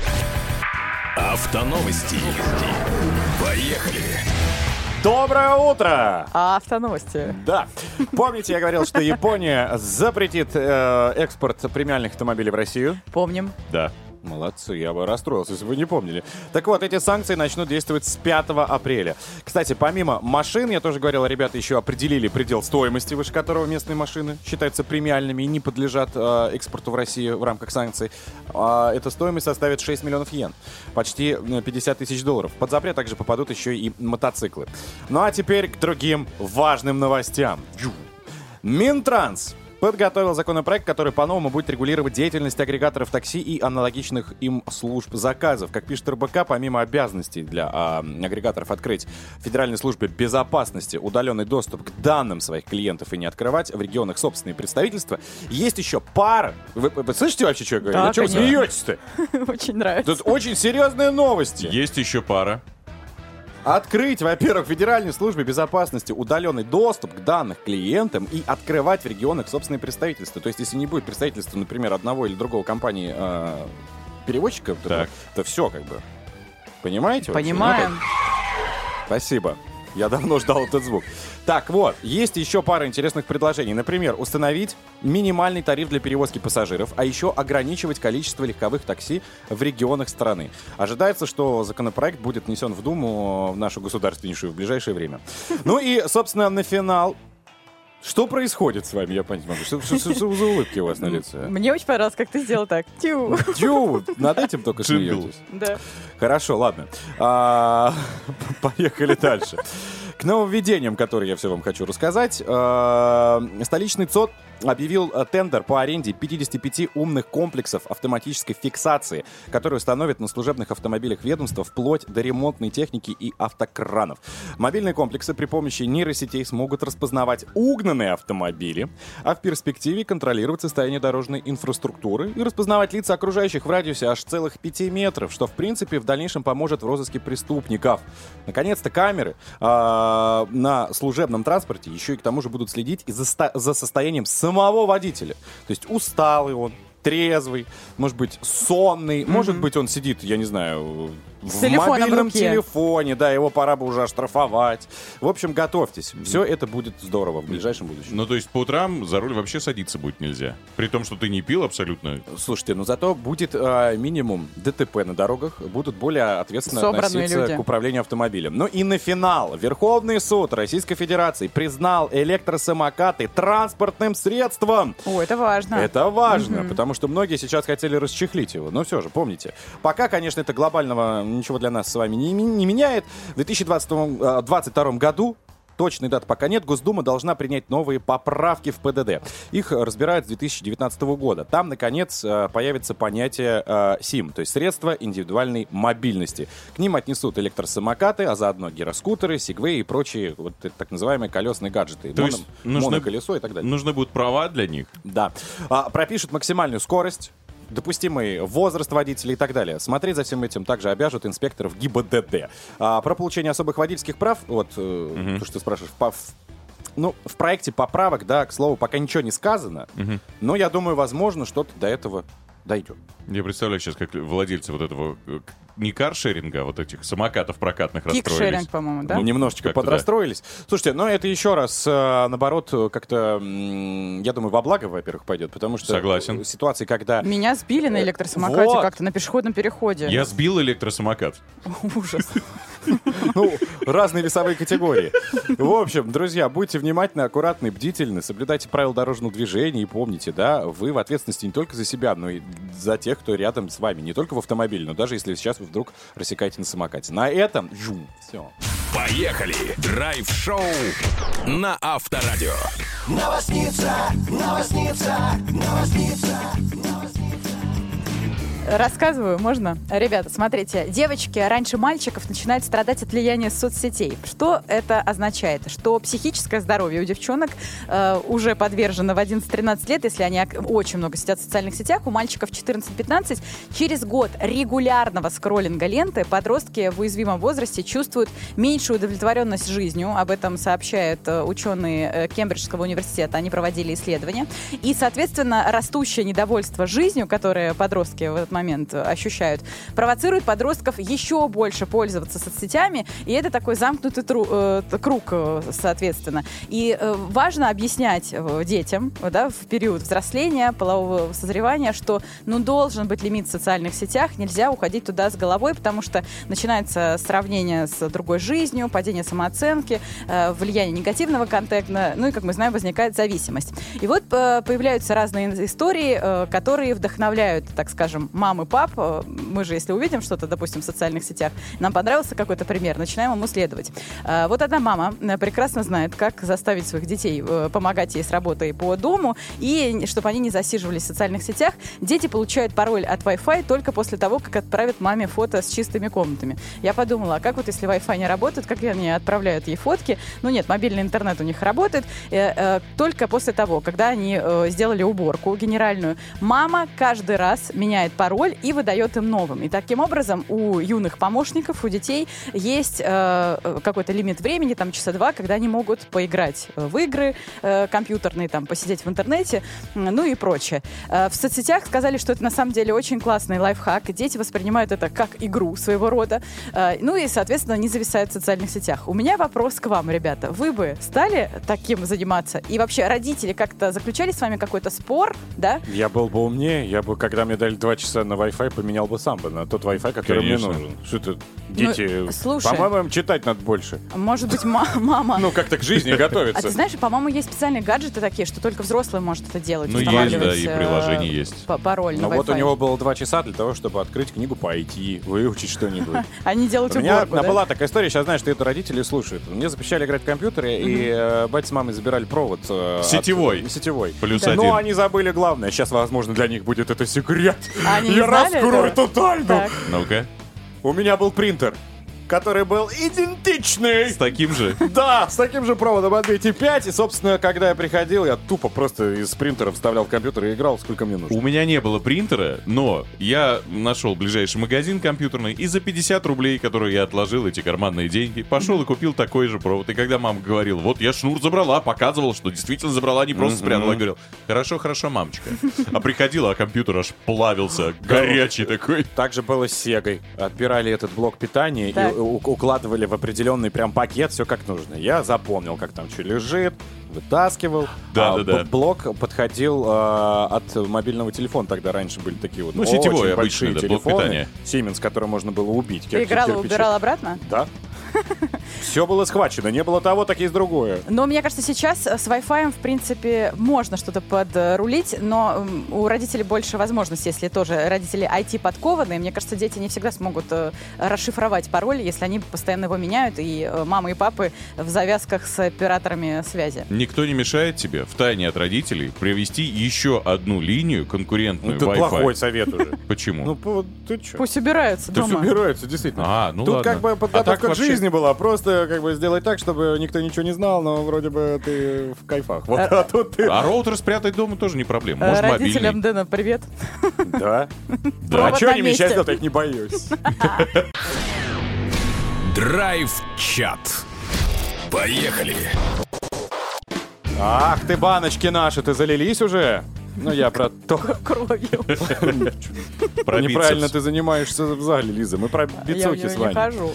Автоновости. Поехали! Доброе утро! А автоновости? Да. Помните, я говорил, что Япония запретит э, экспорт премиальных автомобилей в Россию? Помним. Да. Молодцы, я бы расстроился, если бы вы не помнили. Так вот, эти санкции начнут действовать с пятого апреля. Кстати, помимо машин, я тоже говорил, ребята еще определили предел стоимости, выше которого местные машины считаются премиальными и не подлежат э, экспорту в Россию в рамках санкций. А эта стоимость составит шесть миллионов йен, почти э, пятьдесят тысяч долларов. Под запрет также попадут еще и мотоциклы. Ну а теперь к другим важным новостям. Минтранс подготовил законопроект, который по-новому будет регулировать деятельность агрегаторов такси и аналогичных им служб заказов. Как пишет РБК, помимо обязанностей для а, агрегаторов открыть Федеральной службе безопасности удаленный доступ к данным своих клиентов и не открывать в регионах собственные представительства, есть еще пара... Вы, вы слышите вообще, что я говорю? Да, Ну, что вы конечно. смеетесь-то? Очень нравится. Тут очень серьезные новости. Есть еще пара. Открыть, во-первых, Федеральной службе безопасности удаленный доступ к данным клиентам и открывать в регионах собственные представительства. То есть, если не будет представительства, например, одного или другого компании э, переводчика, то, Так. то все как бы. Понимаете? вообще? Понимаем. Ну, так. Спасибо. Я давно ждал этот звук. Так вот, есть еще пара интересных предложений. Например, установить минимальный тариф для перевозки пассажиров, а еще ограничивать количество легковых такси в регионах страны. Ожидается, что законопроект будет внесен в Думу, в нашу государственнейшую, в ближайшее время. Ну и, собственно, на финал. Что происходит с вами, я понять не могу. Что, что- что- что за улыбки у вас на лице? Мне очень понравилось, как ты сделал так. Тю. Тю, над этим только Джингл. смеетесь. Да. Хорошо, ладно. А, Поехали дальше. К нововведениям, которые я все вам хочу рассказать. А, Столичный ЦОД объявил э, тендер по аренде пятидесяти пяти умных комплексов автоматической фиксации, которые установят на служебных автомобилях ведомства вплоть до ремонтной техники и автокранов. Мобильные комплексы при помощи нейросетей смогут распознавать угнанные автомобили, а в перспективе контролировать состояние дорожной инфраструктуры и распознавать лица окружающих в радиусе аж целых пяти метров, что в принципе в дальнейшем поможет в розыске преступников. Наконец-то камеры э, на служебном транспорте еще и к тому же будут следить и за, ста- за состоянием самого водителя. То есть усталый он, трезвый, может быть, сонный, mm-hmm. может быть, он сидит, я не знаю, в мобильном в телефоне, да, его пора бы уже оштрафовать. В общем, готовьтесь. Все это будет здорово в ближайшем будущем. Ну, то есть по утрам за руль вообще садиться будет нельзя? При том, что ты не пил абсолютно? Слушайте, ну зато будет э, минимум ДТП на дорогах, будут более ответственно Собранные относиться люди. к управлению автомобилем. Ну и на финал. Верховный суд Российской Федерации признал электросамокаты транспортным средством. О, это важно. Это важно, Mm-hmm. потому что многие сейчас хотели расчехлить его. Но все же, помните, пока, конечно, это глобального ничего для нас с вами не, не меняет. В две тысячи двадцать втором году, точной даты пока нет, Госдума должна принять новые поправки в ПДД. Их разбирают с две тысячи девятнадцатого года. Там, наконец, появится понятие э, СИМ, то есть средства индивидуальной мобильности. К ним отнесут электросамокаты, а заодно гироскутеры, сегвеи и прочие вот, так называемые колесные гаджеты. То Моно, есть нужно, моноколесо и так далее. Нужны будут права для них? Да. А, пропишут максимальную скорость, допустимый возраст водителя и так далее. Смотреть за всем этим также обяжут инспекторов ГИБДД. А, про получение особых водительских прав, вот, uh-huh. то, что ты спрашиваешь, по, в, ну, в проекте поправок, да, к слову, пока ничего не сказано, uh-huh. но я думаю, возможно, что-то до этого дойдет. Я представляю сейчас, как владельцы вот этого не каршеринга, а вот этих самокатов прокатных расстроились. Кикшеринг, по-моему, да? Ну, немножечко Как-то подрастроились. Да. Слушайте, но это еще раз, наоборот, как-то, я думаю, во благо, во-первых, пойдет, потому что Согласен. ситуации, когда... Меня сбили на электросамокате вот. как-то на пешеходном переходе. Я сбил электросамокат. Ужас. Ну, разные весовые категории. В общем, друзья, будьте внимательны, аккуратны, бдительны, соблюдайте правила дорожного движения и помните, да, вы в ответственности не только за себя, но и за тех, кто рядом с вами. Не только в автомобиле, но даже если сейчас вы вдруг рассекаете на самокате. На этом, жум, все. Поехали! Драйв-шоу на Авторадио. Новосница, новосница, новосница, новосница. Рассказываю, можно? Ребята, смотрите, девочки раньше мальчиков начинают страдать от влияния соцсетей. Что это означает? Что психическое здоровье у девчонок э, уже подвержено в одиннадцать-тринадцать лет, если они очень много сидят в социальных сетях, у мальчиков четырнадцать-пятнадцать. Через год регулярного скроллинга ленты подростки в уязвимом возрасте чувствуют меньшую удовлетворенность жизнью. Об этом сообщают ученые Кембриджского университета. Они проводили исследования. И, соответственно, растущее недовольство жизнью, которое подростки в этот момент момент ощущают, провоцирует подростков еще больше пользоваться соцсетями, и это такой замкнутый тру, э, круг, соответственно. И э, важно объяснять э, детям, да, в период взросления, полового созревания, что ну, должен быть лимит в социальных сетях, нельзя уходить туда с головой, потому что начинается сравнение с другой жизнью, падение самооценки, э, влияние негативного контента, ну и, как мы знаем, возникает зависимость. И вот э, появляются разные истории, э, которые вдохновляют, так скажем, мам и пап. Мы же, если увидим что-то, допустим, в социальных сетях, нам понравился какой-то пример, начинаем ему следовать. Вот одна мама прекрасно знает, как заставить своих детей помогать ей с работой по дому, и чтобы они не засиживались в социальных сетях. Дети получают пароль от Wi-Fi только после того, как отправят маме фото с чистыми комнатами. Я подумала, а как вот если Wi-Fi не работает, как они отправляют ей фотки? Ну нет, мобильный интернет у них работает только после того, когда они сделали уборку генеральную. Мама каждый раз меняет пароль и выдает им новым. И таким образом у юных помощников, у детей есть э, какой-то лимит времени, там часа два, когда они могут поиграть в игры э, компьютерные, там, посидеть в интернете, ну и прочее. Э, в соцсетях сказали, что это на самом деле очень классный лайфхак. Дети воспринимают это как игру своего рода. Э, ну и, соответственно, не зависают в социальных сетях. У меня вопрос к вам, ребята. Вы бы стали таким заниматься? И вообще, родители как-то заключали с вами какой-то спор, да? Я был бы умнее. Я бы, когда мне дали два часа на Wi-Fi поменял бы сам бы, на тот Wi-Fi, который Конечно. мне нужен. Что это, дети, Ну, слушай. по-моему, им читать надо больше. Может быть, ма- мама... Ну, как-то к жизни А ты готовиться. знаешь, по-моему, есть специальные гаджеты такие, что только взрослый может это делать. Ну, есть, устанавливать, да, и э, приложение есть. па- Пароль на Ну, вот у Wi-Fi. него было два часа для того, чтобы открыть книгу по ай ти, выучить что-нибудь. Они делают У меня уборку, да? была такая история, сейчас знаешь, что это родители слушают. Мне запрещали играть в компьютере, и э, батя с мамой забирали провод. э, от- Сетевой. Сетевой. Плюс Да. один. Но они забыли главное. Сейчас, возможно, для них будет это секрет. А они не Я знали раскрою этого? эту тайну. Так. Ну-ка. У меня был принтер, который был идентичный. С таким же. Да, с таким же проводом от би ти пять. И, собственно, когда я приходил, я тупо просто из принтера вставлял в компьютер и играл, сколько мне нужно. У меня не было принтера, но я нашел ближайший магазин компьютерный, и за пятьдесят рублей, которые я отложил, эти карманные деньги, пошел и купил такой же провод. И когда мама говорила, вот я шнур забрала, показывал, что действительно забрала, не просто спрятала, я говорил, хорошо, хорошо, мамочка. А приходила, а компьютер аж плавился, горячий такой. Так же было с Сегой. Отбирали этот блок питания Так. и у- укладывали в определенный прям пакет, все как нужно. Я запомнил, как там что лежит, вытаскивал. Да, А да, да. б- Блок подходил э, от мобильного телефона. Тогда раньше были такие вот Ну, очень сетевой большие обычный, да, блок телефоны. питания. Siemens, который можно было убить. Ты кир- играл и кирпичом. убирал обратно? Да. Все было схвачено. Не было того, так есть другое. Но мне кажется, сейчас с Wi-Fi, в принципе, можно что-то подрулить, но м, у родителей больше возможностей, если тоже родители ай ти подкованные. Мне кажется, дети не всегда смогут э, расшифровать пароль, если они постоянно его меняют, и э, мамы и папы в завязках с операторами связи. Никто не мешает тебе втайне от родителей привести еще одну линию конкурентную Это Wi-Fi. плохой совет уже. Почему? Ну, по- ты что? Пусть убираются Пусть дома. убираются, действительно. А, ну Тут ладно. как бы А так подготовка к вообще- жизни была. Просто как бы сделать так, чтобы никто ничего не знал, но вроде бы ты в кайфах. Вот, а тут ты... А роутер спрятать дома тоже не проблема. Э, Может, Родителям мобильный. Дэна привет. Да. Да. А Провод что на они мне сейчас месте. делают, я их не боюсь. Драйв-чат. Поехали. Ах ты, баночки наши, ты залились уже? Ну, я про то, Кровью. Про неправильно бицепс. ты занимаешься в зале, Лиза. Мы про Я в бицухи него с не вами. хожу.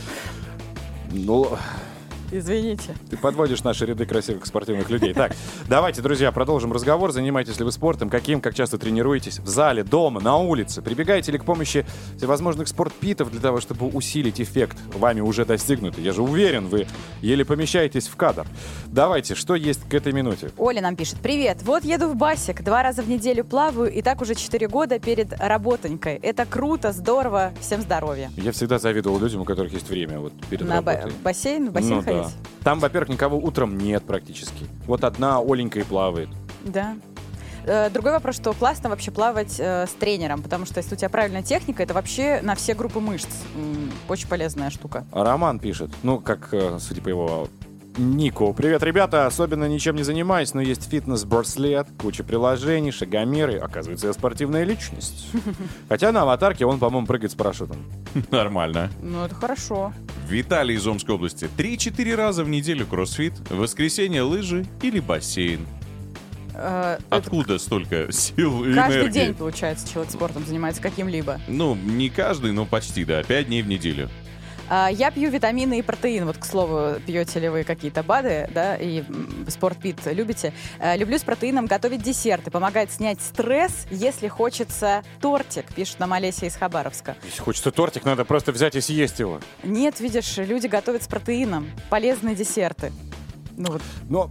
Ну, Извините. ты подводишь наши ряды красивых спортивных людей. Так, давайте, друзья, продолжим разговор. Занимаетесь ли вы спортом? Каким? Как часто тренируетесь? В зале, дома, на улице? Прибегаете ли к помощи всевозможных спортпитов для того, чтобы усилить эффект вами уже достигнутый? Я же уверен, вы еле помещаетесь в кадр. Давайте, что есть к этой минуте? Оля нам пишет. Привет, вот еду в Басик, два раза в неделю плаваю, и так уже четыре года перед работонькой. Это круто, здорово, всем здоровья. Я всегда завидовал людям, у которых есть время вот перед На ба- работой. бассейн, в бассейн Ну да. ходить? Там, во-первых, никого утром нет практически. Вот одна Оленька и плавает. Да. Э, Другой вопрос, что классно вообще плавать э, с тренером, потому что если у тебя правильная техника, это вообще на все группы мышц. М, Очень полезная штука. А Роман пишет, ну, как, э, судя по его нику. Привет, ребята, особенно ничем не занимаюсь, но есть фитнес-браслет, куча приложений, шагомеры. Оказывается, я спортивная личность. Хотя на аватарке он, по-моему, прыгает с парашютом. Нормально. Ну, это хорошо. Виталий из Омской области. Три-четыре раза в неделю кроссфит, в воскресенье лыжи или бассейн. Э, это Откуда столько сил и Каждый энергии? день, получается, человек спортом занимается каким-либо. Ну, не каждый, но почти, да. Пять дней в неделю. А, Я пью витамины и протеин. Вот, к слову, пьете ли вы какие-то БАДы, да, и м, спортпит любите. А, Люблю с протеином готовить десерты. Помогает снять стресс, если хочется тортик, пишет нам Олеся из Хабаровска. Если хочется тортик, надо просто взять и съесть его. Нет, видишь, люди готовят с протеином. Полезные десерты. Ну вот, Но...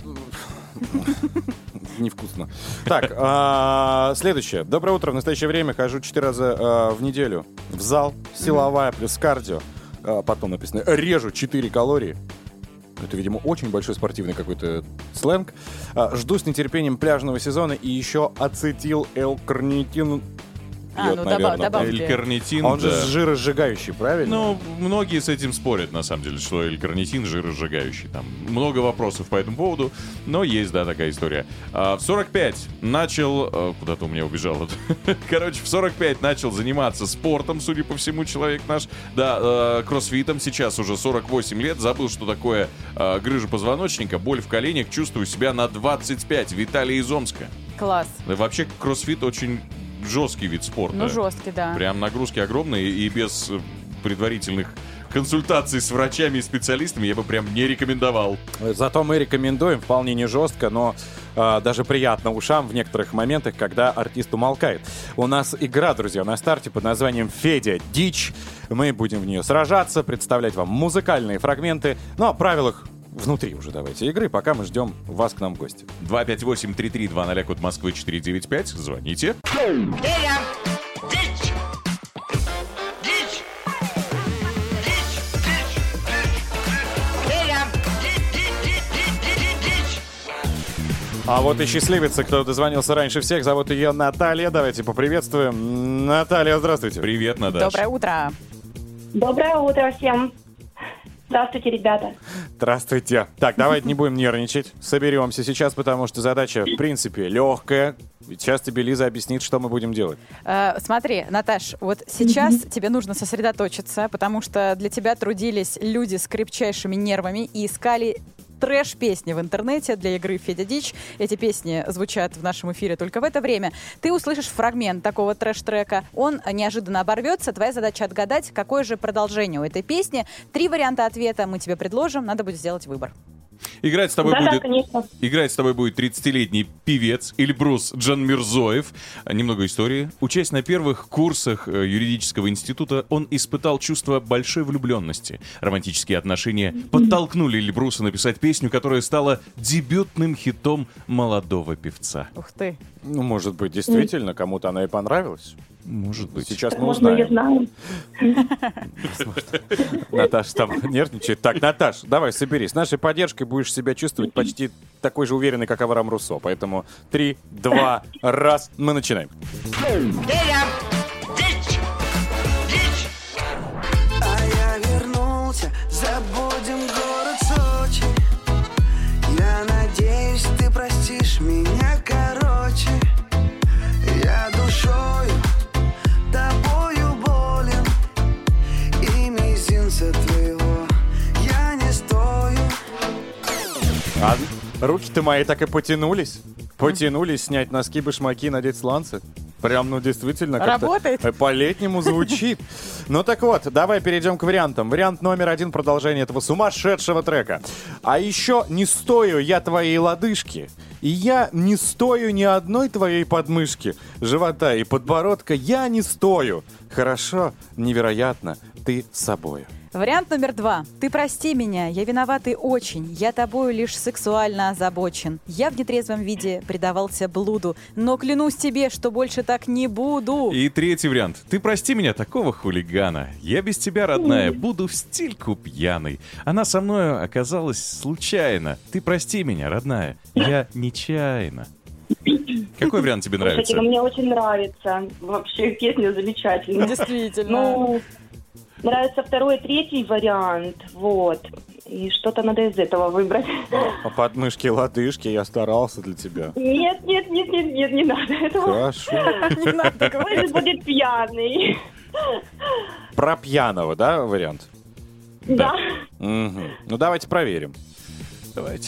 Невкусно. Так, а, следующее. Доброе утро. В настоящее время хожу четыре раза а, в неделю в зал. Силовая плюс кардио. А, потом написано «режу четыре калории». Это, видимо, очень большой спортивный какой-то сленг. А, жду с нетерпением пляжного сезона и еще ацетил L-карнитин. А, пьет, ну, наверное, добав- добавь. Или карнитин, Он же да. жиросжигающий, правильно? Ну, многие с этим спорят, на самом деле, что L-карнитин жиросжигающий. Там много вопросов по этому поводу, но есть, да, такая история. А, в сорок пять начал... а, куда-то у меня убежал. Короче, в сорок пять начал заниматься спортом, судя по всему, человек наш. Да, а, кроссфитом. Сейчас уже сорок восемь лет. Забыл, что такое а, грыжа позвоночника, боль в коленях. Чувствую себя на двадцать пять. Виталий из Омска. класс. Да, вообще, кроссфит очень жесткий вид спорта. Ну, жесткий, да. Прям нагрузки огромные и без э, предварительных консультаций с врачами и специалистами я бы прям не рекомендовал. Зато мы рекомендуем, вполне не жестко, но э, даже приятно ушам в некоторых моментах, когда артист умолкает. У нас игра, друзья, на старте под названием «Федя Дичь». Мы будем в нее сражаться, представлять вам музыкальные фрагменты. Ну, о правилах внутри уже давайте игры, пока мы ждем вас к нам в гости. два пять восемь три три два ноль, код Москвы четыре девять пять. Звоните. Федя, дичь! Дичь! Дичь! Дичь! Федя, дичь! А вот и счастливица, кто дозвонился раньше всех, зовут ее Наталья. Давайте поприветствуем. Наталья, здравствуйте. Привет, Наташ. Доброе утро. Доброе утро всем. Здравствуйте, ребята. Здравствуйте. Так, давайте не будем нервничать. Соберемся сейчас, потому что задача, в принципе, легкая. Сейчас тебе Лиза объяснит, что мы будем делать. Э, смотри, Наташ, вот сейчас тебе нужно сосредоточиться, потому что для тебя трудились люди с крепчайшими нервами и искали трэш-песни в интернете для игры «Федя Дичь». Эти песни звучат в нашем эфире только в это время. Ты услышишь фрагмент такого трэш-трека. Он неожиданно оборвется. Твоя задача отгадать, какое же продолжение у этой песни. Три варианта ответа мы тебе предложим. Надо будет сделать выбор. Играть с тобой Да, да, будет, конечно. играть с тобой будет тридцатилетний певец Эльбрус Джанмирзоев. Немного истории. Учась на первых курсах э, юридического института, он испытал чувство большой влюбленности. Романтические отношения подтолкнули Эльбруса написать песню, которая стала дебютным хитом молодого певца. Ух ты. Ну, может быть, действительно, кому-то она и понравилась. Может быть. Сейчас мы Можно я узнаем. знаю. Наташа там нервничает. Так, Наташ, давай, соберись. С нашей поддержкой будешь себя чувствовать почти такой же уверенной, как Авраам Руссо. Поэтому три, два, раз, мы начинаем. Федя, дичь! Дичь! А я вернулся, забудем город Сочи. Я надеюсь, ты простишь меня, короче. Я душою тобою болен, и мизинца твоего я не стою. А руки-то мои так и потянулись. Потянулись снять носки, башмаки, надеть сланцы. Прям, ну, действительно, как-то Работает. по-летнему звучит. Ну так вот, давай перейдем к вариантам. Вариант номер один — продолжение этого сумасшедшего трека. А еще не стою я твоей лодыжки, и я не стою ни одной твоей подмышки, живота и подбородка я не стою. Хорошо, невероятно, ты с собою. Вариант номер два. Ты прости меня, я виноватый очень. Я тобою лишь сексуально озабочен. Я в нетрезвом виде предавался блуду, но клянусь тебе, что больше так не буду. И третий вариант. Ты прости меня, такого хулигана. Я без тебя, родная, буду в стильку пьяный. Она со мною оказалась случайно. Ты прости меня, родная. Я нечаянно. Какой вариант тебе Слушайте, нравится? ну, мне очень нравится. Вообще песня замечательная. Действительно. Ну, нравится второй, третий вариант. Вот. И что-то надо из этого выбрать. А подмышки и лодыжки я старался для тебя. Нет, нет, нет, нет, нет, не надо этого. Хорошо. Не надо говорить. Пусть будет пьяный. Про пьяного, да, вариант? Да. Мгм. Ну, давайте проверим. Давайте.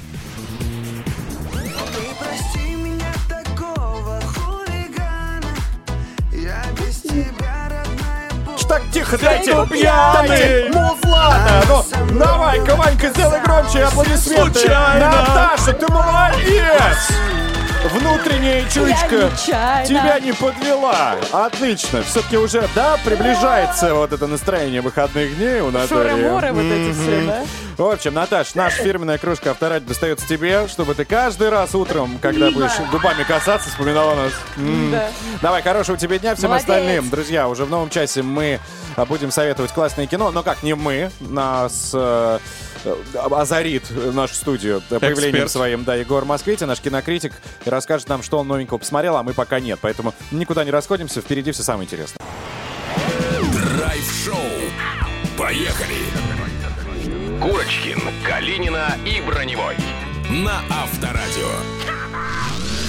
Ты прости меня, такого хулигана. Я без тебя, родная, буду. Так, тихо, дайте ему пьяный! Музлана! Ну, давай-ка, Ванька, сделай громче аплодисменты! Случайно! Наташа, ты молодец! Внутренняя чуечка Я нечаянно. тебя не подвела. Отлично. Все-таки уже, да, приближается вот это настроение выходных дней у Натальи. Шуры-муры вот эти все, Мгм. да? В общем, Наташ, наша фирменная кружка «Авторадио» достается тебе, чтобы ты каждый раз утром, когда будешь губами касаться, вспоминала нас. М. Да. Давай, хорошего тебе дня всем Молодец. остальным. Друзья, уже в новом часе мы а, будем советовать классное кино. Но как не мы, нас э, э, озарит нашу студию появлением Эксперт. своим, да, Егор Москвитин, наш кинокритик, и расскажет нам, что он новенького посмотрел, а мы пока нет. Поэтому никуда не расходимся, впереди все самое интересное. Драйв-шоу. Поехали! Курочкин, Калинина и Броневой. На Авторадио.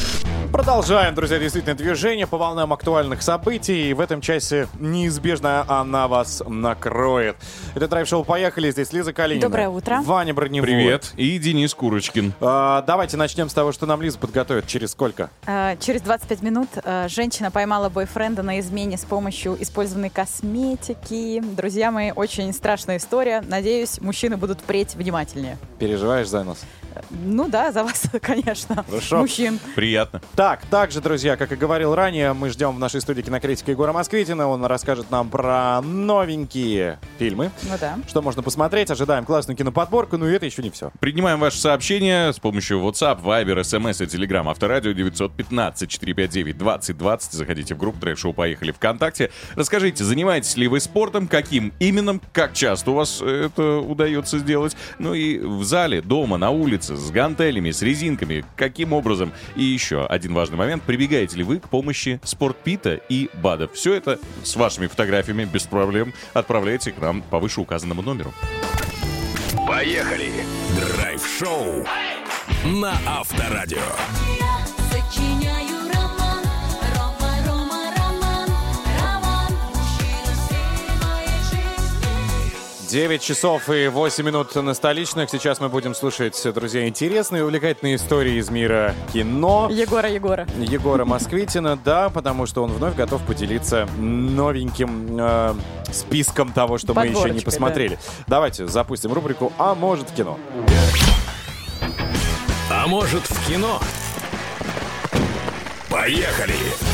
Продолжаем, друзья, действительно движение по волнам актуальных событий. И в этом часе неизбежно она вас накроет. Это драйв-шоу «Поехали». Здесь Лиза Калинина. Доброе утро. Ваня Броневой. Привет. И Денис Курочкин. А, давайте начнем с того, что нам Лиза подготовит. Через сколько? А, через двадцать пять минут а, женщина поймала бойфренда на измене с помощью использованной косметики. Друзья мои, очень страшная история. Надеюсь, мужчины будут впредь внимательнее. Переживаешь за нас? Ну да, за вас, конечно. Хорошо. Мужчин. Приятно. Так, также, друзья, как и говорил ранее, мы ждем в нашей студии кинокритика Егора Москвитина. Он расскажет нам про новенькие фильмы. Ну да. Что можно посмотреть. Ожидаем классную киноподборку, но это еще не все. Принимаем ваши сообщения с помощью WhatsApp, Viber, эс эм эс и Telegram. Авторадио девятьсот пятнадцать четыреста пятьдесят девять двадцать двадцать. Заходите в группу «Драйв-шоу «Поехали» ВКонтакте. Расскажите, занимаетесь ли вы спортом, каким именно, как часто у вас это удается сделать. Ну и в зале, дома, на улице, с гантелями, с резинками, каким образом. И еще один важный момент. Прибегаете ли вы к помощи спортпита и БАДов? Все это с вашими фотографиями без проблем отправляйте к нам по вышеуказанному номеру. Поехали! Драйв-шоу на Авторадио. Сочиняю роман, Рома, Рома, роман, роман, мужчина всей моей жизни. девять часов и восемь минут на столичных. Сейчас мы будем слушать, друзья, интересные и увлекательные истории из мира кино. Егора, Егора. Егора Москвитина, да, потому что он вновь готов поделиться новеньким э, списком того, что мы еще не Подборочкой, посмотрели. Давайте запустим рубрику «А может в кино». А может в кино? Поехали!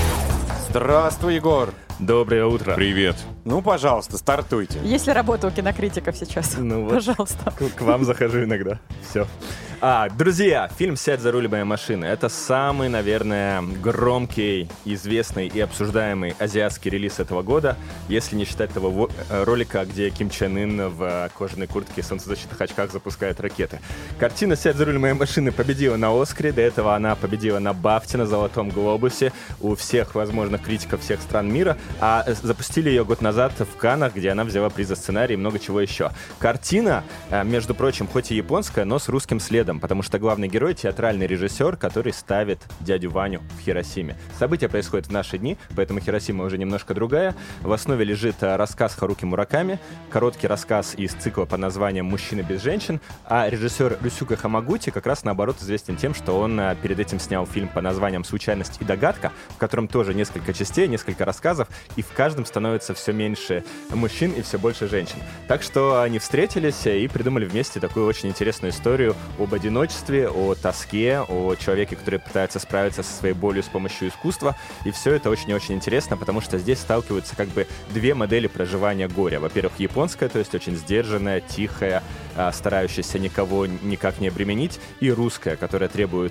Здравствуй, Егор. Доброе утро. Привет. Ну, пожалуйста, стартуйте. Есть ли работа у кинокритиков сейчас? Ну вот. Пожалуйста. К, к вам захожу иногда. Все. А, друзья, фильм «Сядь за руль моей машины» — это самый, наверное, громкий, известный и обсуждаемый азиатский релиз этого года, если не считать того во- ролика, где Ким Чен Ын в кожаной куртке и солнцезащитных очках запускает ракеты. Картина «Сядь за руль моей машины» победила на «Оскаре», до этого она победила на «Бафте», на «Золотом глобусе» у всех возможных критиков всех стран мира, а запустили ее год назад в Каннах, где она взяла приз за сценарий и много чего еще. Картина, между прочим, хоть и японская, но с русским следом, потому что главный герой — театральный режиссер, который ставит дядю Ваню в Хиросиме. События происходят в наши дни, поэтому Хиросима уже немножко другая. В основе лежит рассказ Харуки Мураками, короткий рассказ из цикла под названием «Мужчина без женщин», а режиссер Рюсюка Хамагути как раз наоборот известен тем, что он перед этим снял фильм под названием «Случайность и догадка», в котором тоже несколько частей, несколько рассказов, и в каждом становится все меньше мужчин и все больше женщин. Так что они встретились и придумали вместе такую очень интересную историю об одиночестве, о тоске, о человеке, который пытается справиться со своей болью с помощью искусства. И все это очень и очень интересно, потому что здесь сталкиваются как бы две модели проживания горя. Во-первых, японская, то есть очень сдержанная, тихая, старающаяся никого никак не обременить, и русская, которая требует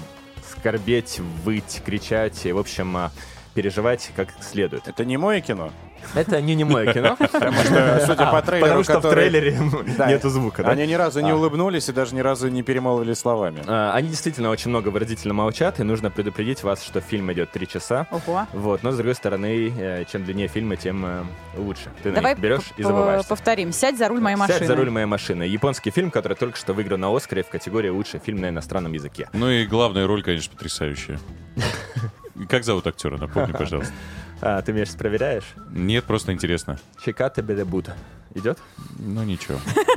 скорбеть, выть, кричать и, в общем, переживать как следует. Это не мое кино? Это не немое кино. Потому что, судя по трейлеру, Потому что в который- трейлере Да. нету звука, да? Они ни разу не А. улыбнулись и даже ни разу не перемолвили словами. А, Они действительно очень много выразительно молчат, и нужно предупредить вас, что фильм идет три часа. Ого. Вот, но с другой стороны, э, чем длиннее фильмы, тем э, лучше. Ты на Давай них берешь и п- забываешься. повторим. «Сядь за руль моей машины». «Сядь за руль моей машины». Японский фильм, который только что выиграл на Оскаре в категории «Лучший фильм на иностранном языке». Ну и главная роль, конечно, потрясающая. Как зовут актера? Напомни, пожалуйста. А, ты меня сейчас проверяешь? Нет, просто интересно. Чиката Бедебута. Идет? Ну ничего.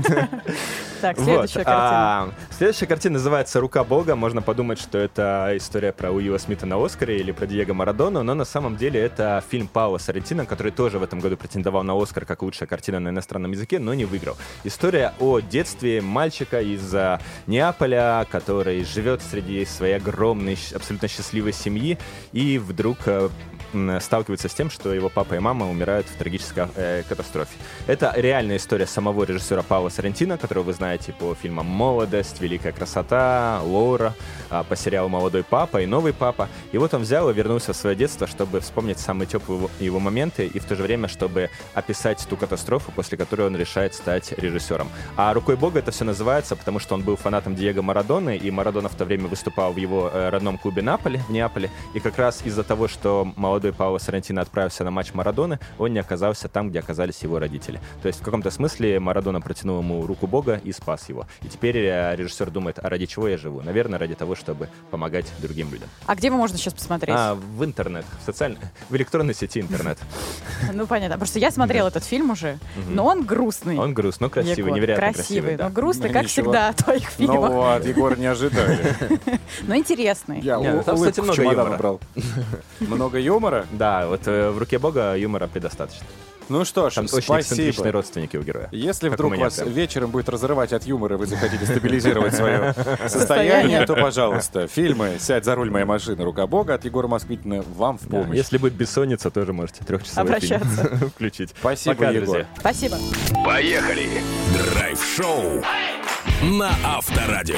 Так, следующая Вот, картина. а, следующая картина называется «Рука Бога». Можно подумать, что это история про Уилла Смита на Оскаре или про Диего Марадону, но на самом деле это фильм Паоло Соррентино, который тоже в этом году претендовал на Оскар как лучшая картина на иностранном языке, но не выиграл. История о детстве мальчика из а, Неаполя, который живет среди своей огромной, щ- абсолютно счастливой семьи и вдруг а, м, сталкивается с тем, что его папа и мама умирают в трагической э, катастрофе. Это реальная история самого режиссера Паоло Соррентино, которого вы знаете по фильмам «Молодость», «Великая красота», «Лаура», а, по сериалу «Молодой папа» и «Новый папа». И вот он взял и вернулся в свое детство, чтобы вспомнить самые теплые его, его моменты и в то же время, чтобы описать ту катастрофу, после которой он решает стать режиссером. А «Рукой Бога» это все называется, потому что он был фанатом Диего Марадоны, и Марадона в то время выступал в его э, родном клубе Наполи, в Неаполе, и как раз из-за того, что молодой году Паоло Соррентино отправился на матч Марадоны, он не оказался там, где оказались его родители. То есть в каком-то смысле Марадона протянул ему руку Бога и спас его. И теперь режиссер думает, а ради чего я живу? Наверное, ради того, чтобы помогать другим людям. А где его можно сейчас посмотреть? А, в интернет, в социальной, в электронной сети интернет. Ну, понятно. Просто я смотрела этот фильм уже, но он грустный. Он грустный, но красивый, невероятно красивый. Но грустный, как всегда, твоих фильмов. Ну вот, Егор не ожидали. Но интересный. Я Там, кстати, много юмора. Брал. Много юмора? Да, вот в «Руке Бога» юмора предостаточно. Ну что ж, Там очень эксцентричные родственники у героя. Если как вдруг вас прям вечером будет разрывать от юмора, вы захотите стабилизировать свое состояние, то, пожалуйста, фильмы «Сядь за руль моей машины. Рука Бога» от Егора Москвитина вам в помощь. Да, если будет бессонница, тоже можете трехчасовой фильм включить. Спасибо, Пока, Егор. друзья. Спасибо. Поехали! Драйв-шоу на Авторадио.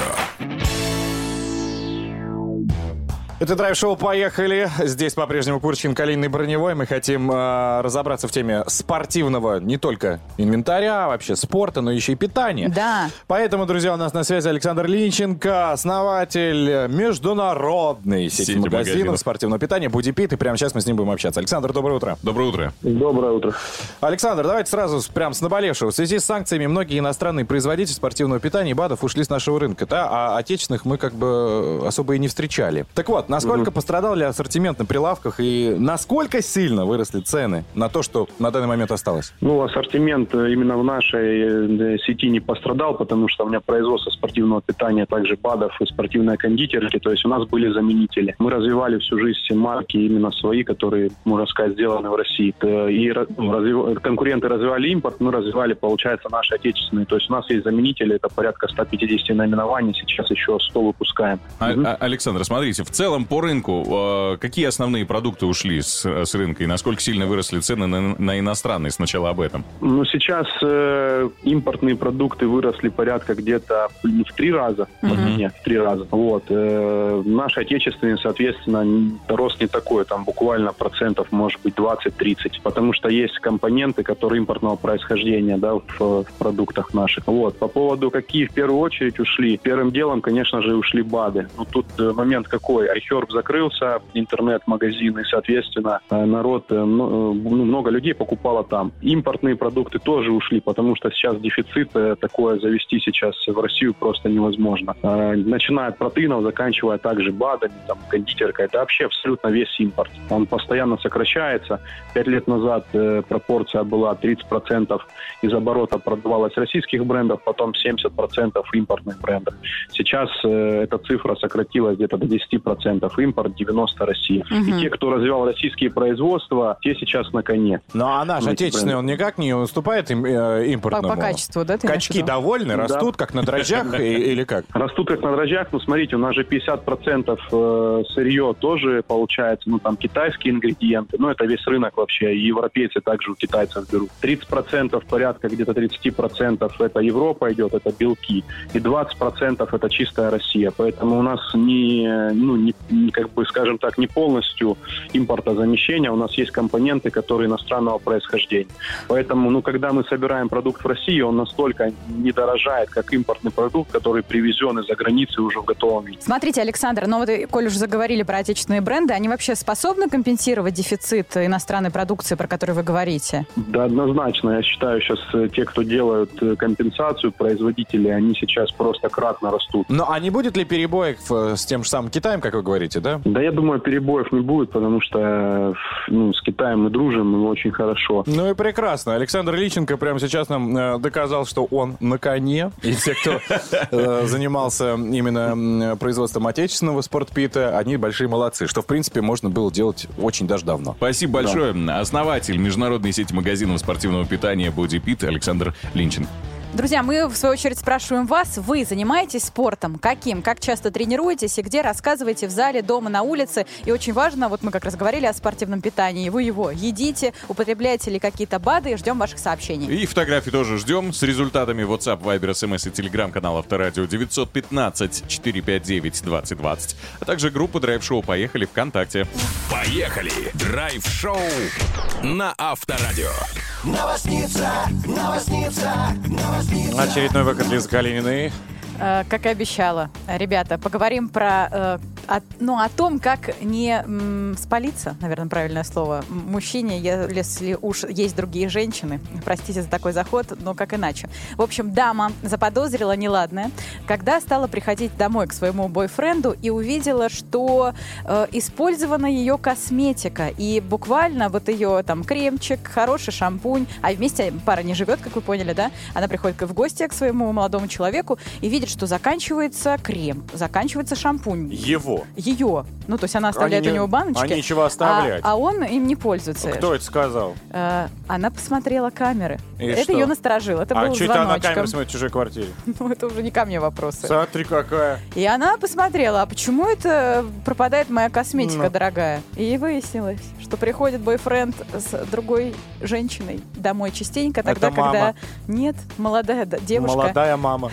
Это драйв-шоу «Поехали». Здесь по-прежнему Курчин, Калинный, Броневой. Мы хотим э, разобраться в теме спортивного не только инвентаря, а вообще спорта, но еще и питания. Да. Поэтому, друзья, у нас на связи Александр Линченко, основатель международной сети, Сети магазинов, магазинов спортивного питания «Будипит». И прямо сейчас мы с ним будем общаться. Александр, доброе утро. Доброе утро. Доброе утро. Александр, давайте сразу с- прям с наболевшего. В связи с санкциями многие иностранные производители спортивного питания и БАДов ушли с нашего рынка, да? А отечественных мы как бы особо и не встречали. Так вот, насколько пострадал ли ассортимент на прилавках и насколько сильно выросли цены на то, что на данный момент осталось? Ну, ассортимент именно в нашей э, сети не пострадал, потому что у меня производство спортивного питания, также БАДов и спортивной кондитерки, то есть у нас были заменители. Мы развивали всю жизнь все марки именно свои, которые, можно сказать, сделаны в России. Т- И ра- ну, развив- конкуренты развивали импорт, мы развивали, получается, наши отечественные. То есть у нас есть заменители, это порядка сто пятьдесят наименований, сейчас еще сто выпускаем. А- Мгм. а- Александр, смотрите, в целом по рынку э, какие основные продукты ушли с, с рынка и насколько сильно выросли цены на, на иностранные? Сначала об этом. Ну, сейчас э, импортные продукты выросли порядка где-то ну, в три раза. Мгм. Нет, в три раза. Вот. Э, наши отечественные, соответственно, н- рост не такой, там буквально процентов, может быть, двадцать-тридцать. Потому что есть компоненты, которые импортного происхождения, да, в, в продуктах наших. Вот. По поводу, какие в первую очередь ушли. Первым делом, конечно же, ушли БАДы. Ну, тут э, момент какой. iHerb закрылся, интернет-магазин, и, соответственно, э, народ, э, мно- э, ну, много людей покупало там. Импортные продукты тоже ушли, потому что сейчас дефицит, э, такое завести сейчас в Россию просто невозможно. Э, Начиная от протеинов, заканчивая также БАДами, там, кондитеркой, это вообще абсолютно весь импорт. Он постоянно сокращается. Пять лет назад э, пропорция была тридцать процентов из оборота продавалось российских брендов, потом семьдесят процентов импортных брендов. Сейчас э, эта цифра сократилась где-то до десять процентов импорт, девяносто процентов Россия. Мгм. И те, кто развивал российские производства, те сейчас на коне. Ну а наш Ну, отечественный, бренды. он никак не уступает им, э, По, импортному? по качеству, да, ты имеешь в Качки виду? довольны, Да. растут, как на дрожжах и- или как? Растут как на дрожжах, ну смотрите, у нас же пятьдесят процентов э, сырье тоже получается, ну там китайские ингредиенты, ну это весь рынок вообще, и европейцы также у китайцев берут. тридцать процентов, порядка где-то тридцать процентов это Европа идет, это белки, и двадцать процентов это чистая Россия, поэтому у нас не, ну, не, не, как бы, скажем так, не полностью импортозамещение, у нас есть компоненты, которые иностранного происхождения. Поэтому, ну, когда мы собираем продукт в России, он настолько не дорожает, как импортный продукт, который привезен из-за границы уже в готовом виде. Смотрите, Александр, ну вот, и, коль уже заговорили про отечественные бренды, они вообще способны компенсировать дефицит иностранной продукции, про которую вы говорите? Да, однозначно. Я считаю, сейчас э, те, кто делают э, компенсацию, производители, они сейчас просто кратно растут. Но а не будет ли перебоев э, с тем же самым Китаем, как вы говорите, да? Да, я думаю, перебоев не будет, потому что э, ну, с Китаем мы дружим, мы очень хорошо. Ну и прекрасно. Александр Личенко прямо сейчас нам э, доказал, что он на коне. И те, кто э, занимался именно м, производством отечественного спортпита, они большие молодцы, что, в принципе, можно было делать очень даже давно. Спасибо большое. Основатель международной сети магазинов спортивного питания «Бодипит» Александр Линченко. Друзья, мы в свою очередь спрашиваем вас, вы занимаетесь спортом? Каким? Как часто тренируетесь и где? Рассказывайте в зале, дома, на улице. И очень важно, вот мы как раз говорили о спортивном питании, вы его едите, употребляете ли какие-то БАДы, ждем ваших сообщений. И фотографии тоже ждем с результатами WhatsApp, Viber, эс эм эс и телеграм-канал Авторадио девять один пять четыре пять девять двадцать двадцать, а также группа Драйв-шоу «Поехали» ВКонтакте. Поехали! Драйв-шоу на Авторадио. Новосница, новосница, новосница. Очередной выход Лизы Калининой. Э, Как и обещала, ребята, поговорим про, э, о, ну, о том, как не м, спалиться, наверное, правильное слово, м, мужчине, е- если уж есть другие женщины. Простите за такой заход, но как иначе. В общем, дама заподозрила неладное, когда стала приходить домой к своему бойфренду и увидела, что э, использована ее косметика. И буквально вот ее там кремчик, хороший шампунь, а вместе пара не живет, как вы поняли, да? Она приходит в гости к своему молодому человеку и видит, что заканчивается крем, заканчивается шампунь. Его. Ее. Ну, то есть она оставляет Они- у него баночки. они нечего оставлять. А, а он им не пользуется. Кто это сказал? Э, она посмотрела камеры. И это что? ее насторожило. Это А был что это она звоночком. камеру смотрит в чужой квартире? Ну, это уже не ко мне вопросы. Смотри, какая. И она посмотрела, а почему это пропадает моя косметика, Ну. дорогая? И выяснилось, что приходит бойфренд с другой женщиной домой частенько, тогда, Это мама. когда... Нет, молодая д- девушка. Молодая мама.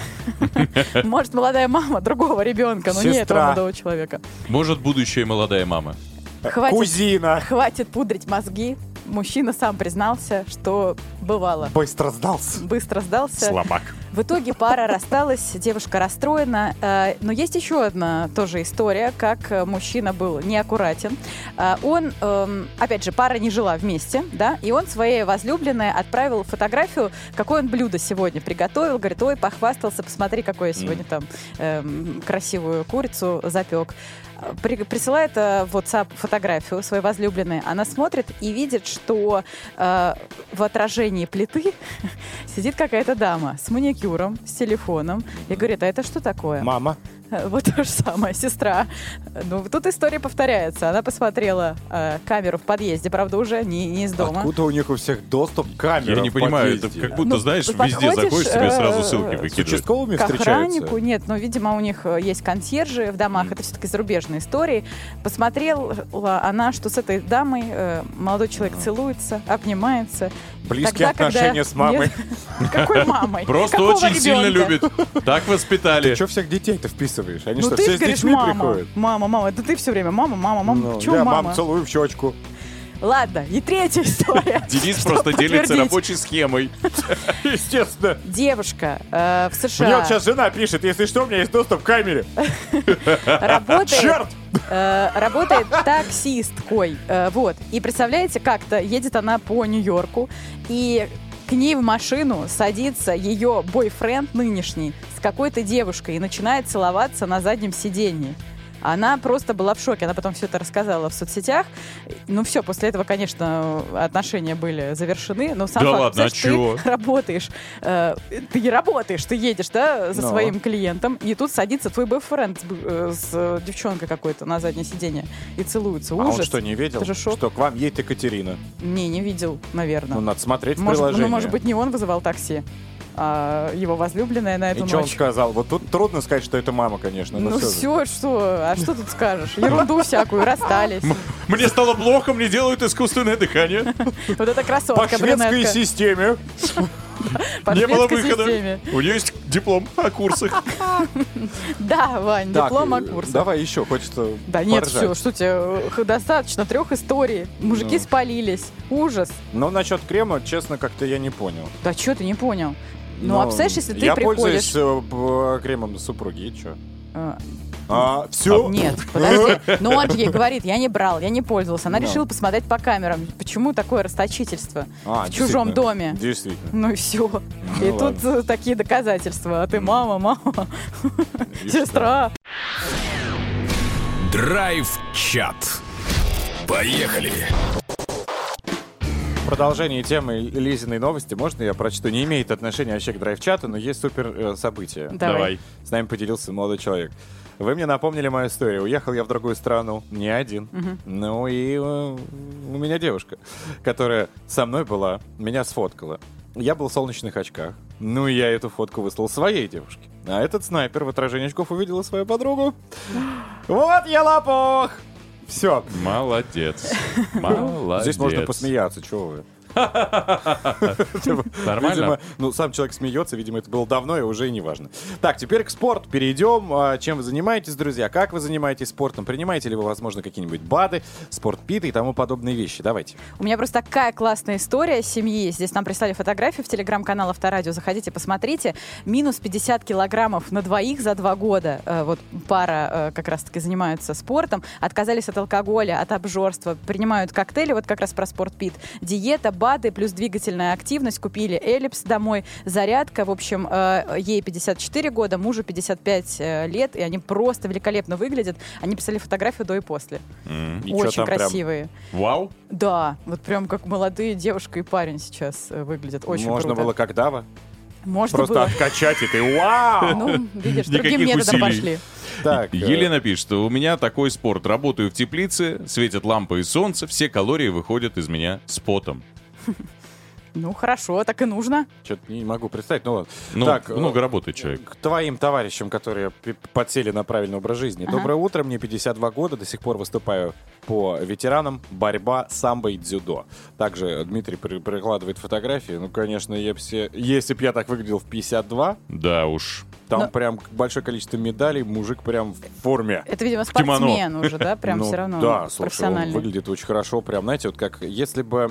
Может, молодая мама другого ребенка, но не Сестра. этого молодого человека. Может, будущая молодая мама. Хватит, Кузина. хватит пудрить мозги. Мужчина сам признался, что бывало. Быстро сдался. Быстро сдался. Слабак. В итоге пара рассталась, девушка расстроена. э, Но есть еще одна тоже история, как э, мужчина был неаккуратен. Э, Он, эм, опять же, пара не жила вместе, да, и он своей возлюбленной отправил фотографию, какое он блюдо сегодня приготовил. Говорит, ой, похвастался, посмотри, какой я сегодня там эм, красивую курицу запек. При- присылает э, в WhatsApp фотографию своей возлюбленной. Она смотрит и видит, что э, в отражении плиты сидит какая-то дама с маникюром, с телефоном. И говорит, а это что такое? Мама. Э, Вот то же самое, сестра. Ну, тут история повторяется. Она посмотрела э, камеру в подъезде, правда, уже не, не из дома. Откуда у них у всех доступ к камерам Я не в понимаю, подъезде? это как будто, Ну, знаешь, подходишь, везде заходишь, тебе сразу э, ссылки С выкидывают. участковыми К встречаются? охраннику, нет, но, видимо, у них э, есть консьержи в домах, это все-таки зарубежные истории. Посмотрела она, что с этой дамой э, молодой человек целуется, обнимается. Близкие Тогда, когда- отношения с мамой. Нет. Какой мамой? Просто Какого очень сильно ребенка? любит. Так воспитали. Ты что всех детей-то вписываешь? Они Ну что, ты все же с говоришь, детьми мама, приходят? мама, мама, это ты все время, мама, мама, мама, Ну, почему я мама? маму целую в щечку. Ладно, и третья история. Денис Чтобы просто делится подтвердить. рабочей схемой. Естественно. Девушка э, в Мне США вот сейчас жена пишет, если что, у меня есть доступ к камере. работает, Черт! э, работает таксисткой. Э, вот. И представляете, как-то едет она по Нью-Йорку, и к ней в машину садится ее бойфренд нынешний с какой-то девушкой и начинает целоваться на заднем сиденье. Она просто была в шоке. Она потом все это рассказала в соцсетях. Ну все, после этого, конечно, отношения были завершены. Но сам Да факт, ладно, а знаешь, чего? ты работаешь, э, ты не работаешь, ты едешь, да, за Но. своим клиентом, и тут садится твой бойфренд с, б- э, с э, девчонкой какой-то на заднее сиденье и целуются. А Ужас. он что, не видел, Это же шок. что к вам едет Екатерина? Не, не видел, наверное. Ну, надо смотреть в может, приложении. ну, может быть, не он вызывал такси, а его возлюбленная на эту И что он ночь. сказал? Вот тут трудно сказать, что это мама, конечно. но Ну всё же. все, что? А что тут скажешь? Ерунду всякую, расстались. Мне стало плохо, мне делают искусственное дыхание. Вот эта По красотка, шведской брюнетка. системе. По Не было шведской выхода. системе. У нее есть диплом о курсах. Да, Вань, Так, диплом о э, курсе. Давай еще, хочется Да нет, поржать. все, что тебе, э, достаточно трех историй. Мужики Ну. спалились. Ужас. Но насчет крема, честно, как-то я не понял. Да что ты не понял? Ну, Но а представляешь, если ты я приходишь... пользуюсь э, б- кремом супруги, и что? э, А, все? Нет, подожди. Но он же ей говорит, я не брал, я не пользовался. Она Ну. решила посмотреть по камерам. Почему такое расточительство А, в чужом действительно. доме? Действительно. Ну и все. Ну и ладно. тут э, такие доказательства. А ты мама, мама, И сестра. Драйв-чат. Поехали. Продолжение темы Лизиной новости. Можно я прочту? Не имеет отношения вообще к драйв-чату, но есть супер э, событие. Давай. С нами поделился молодой человек. Вы мне напомнили мою историю. Уехал я в другую страну, не один. Мгм. Ну и э, у меня девушка, которая со мной была, меня сфоткала. Я был в солнечных очках. Ну и я эту фотку выслал своей девушке. А этот снайпер в отражении очков увидела свою подругу. Вот я лопух! Все. Молодец. Молодец. Здесь можно посмеяться, чего вы. Нормально. Видимо, ну, сам человек смеется, видимо, это было давно и уже и не важно. Так, теперь к спорту перейдем. А, Чем вы занимаетесь, друзья? Как вы занимаетесь спортом? Принимаете ли вы, возможно, какие-нибудь БАДы, спортпиты и тому подобные вещи? Давайте. У меня просто такая классная история семьи. Здесь нам прислали фотографию в телеграм-канал Авторадио. Заходите, посмотрите. Минус пятьдесят килограммов на двоих за два года. Э, вот пара э, как раз-таки занимаются спортом. Отказались от алкоголя, от обжорства. Принимают коктейли, вот как раз про спортпит. Диета, БАДы, плюс двигательная активность. Купили эллипс домой, зарядка. В общем, э, ей пятьдесят четыре года, мужу пятьдесят пять э, лет. И они просто великолепно выглядят. Они писали фотографию до и после. Mm. Очень красивые. Прям... Вау! Да, вот прям как молодые девушка и парень сейчас э, выглядят. Очень Можно круто. было как Дава? Можно Просто было. откачать, и ты вау! Ну, видишь, другим Никаких методом усилий. пошли. Так, э, Елена пишет, что у меня такой спорт. Работаю в теплице, светят лампы и солнце, все калории выходят из меня с потом. Ну, хорошо, так и нужно. Что-то не могу представить, ну ладно. Ну, Так, много э, работает человек. К твоим товарищам, которые п- подсели на правильный образ жизни. Ага. Доброе утро, мне пятьдесят два года, до сих пор выступаю по ветеранам, борьба, самбо и дзюдо. Также Дмитрий при- прикладывает фотографии. Ну, конечно, я б все... если бы я так выглядел в пятьдесят два, Да уж. там Но- прям большое количество медалей, мужик прям в форме. Это, видимо, кимоно. спортсмен уже, да? Прям Ну, все равно да, слушай, он профессиональный. выглядит очень хорошо, прям, знаете, вот как если бы...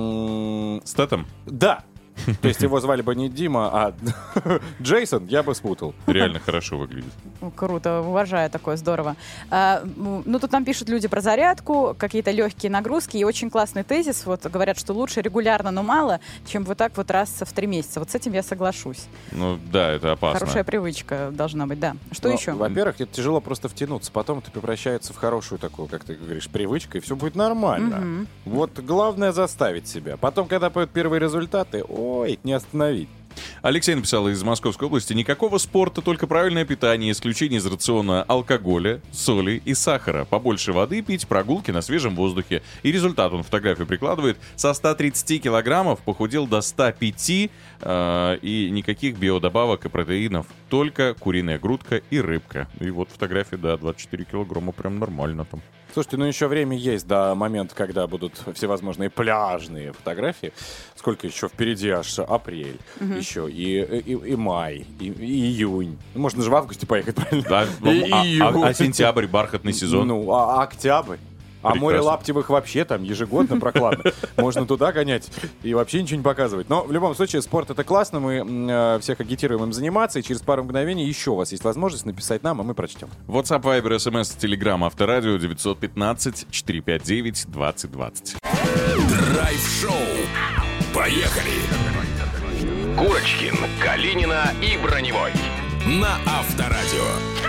м- Статом? Да! То есть его звали бы не Дима, а Джейсон, я бы спутал. Реально хорошо выглядит. Ну, круто, уважаю, такое здорово. А, м, ну, тут нам пишут люди про зарядку, какие-то легкие нагрузки, и очень классный тезис. Вот говорят, что лучше регулярно, но мало, чем вот так вот раз в три месяца. Вот с этим я соглашусь. Ну да, это опасно. Хорошая привычка должна быть, да. Что Ну, еще? Во-первых, это тяжело просто втянуться. Потом это превращается в хорошую такую, как ты говоришь, привычку, и все будет нормально. Мгм. Вот главное заставить себя. Потом, когда поют первые результаты, ой, не остановить. Алексей написал из Московской области. Никакого спорта, только правильное питание, исключение из рациона алкоголя, соли и сахара. Побольше воды пить, прогулки на свежем воздухе. И результат он фотографию прикладывает. Со ста тридцати килограммов похудел до ста пяти. Э, и никаких биодобавок и протеинов. Только куриная грудка и рыбка. И вот фотография, да, двадцать четыре килограмма. Прям нормально там. Слушайте, ну еще время есть до момента, когда будут всевозможные пляжные фотографии. Сколько еще впереди? Аж апрель. Мгм. Еще и, и, и май, и, и июнь. Можно же в августе поехать, правильно? Да, И а, июнь. а- а сентябрь, бархатный сезон. Ну, а октябрь? А Прекрасно. море Лаптевых вообще там ежегодно прокладно. Можно туда гонять и вообще ничего не показывать. Но в любом случае спорт — это классно. Мы э, всех агитируем им заниматься. И через пару мгновений еще у вас есть возможность написать нам, а мы прочтем. WhatsApp, Viber, эс эм эс, Telegram, Авторадио девятьсот пятнадцать четыреста пятьдесят девять двадцать двадцать. Драйв-шоу. Поехали! Курочкин, Калинина и Броневой. На Авторадио.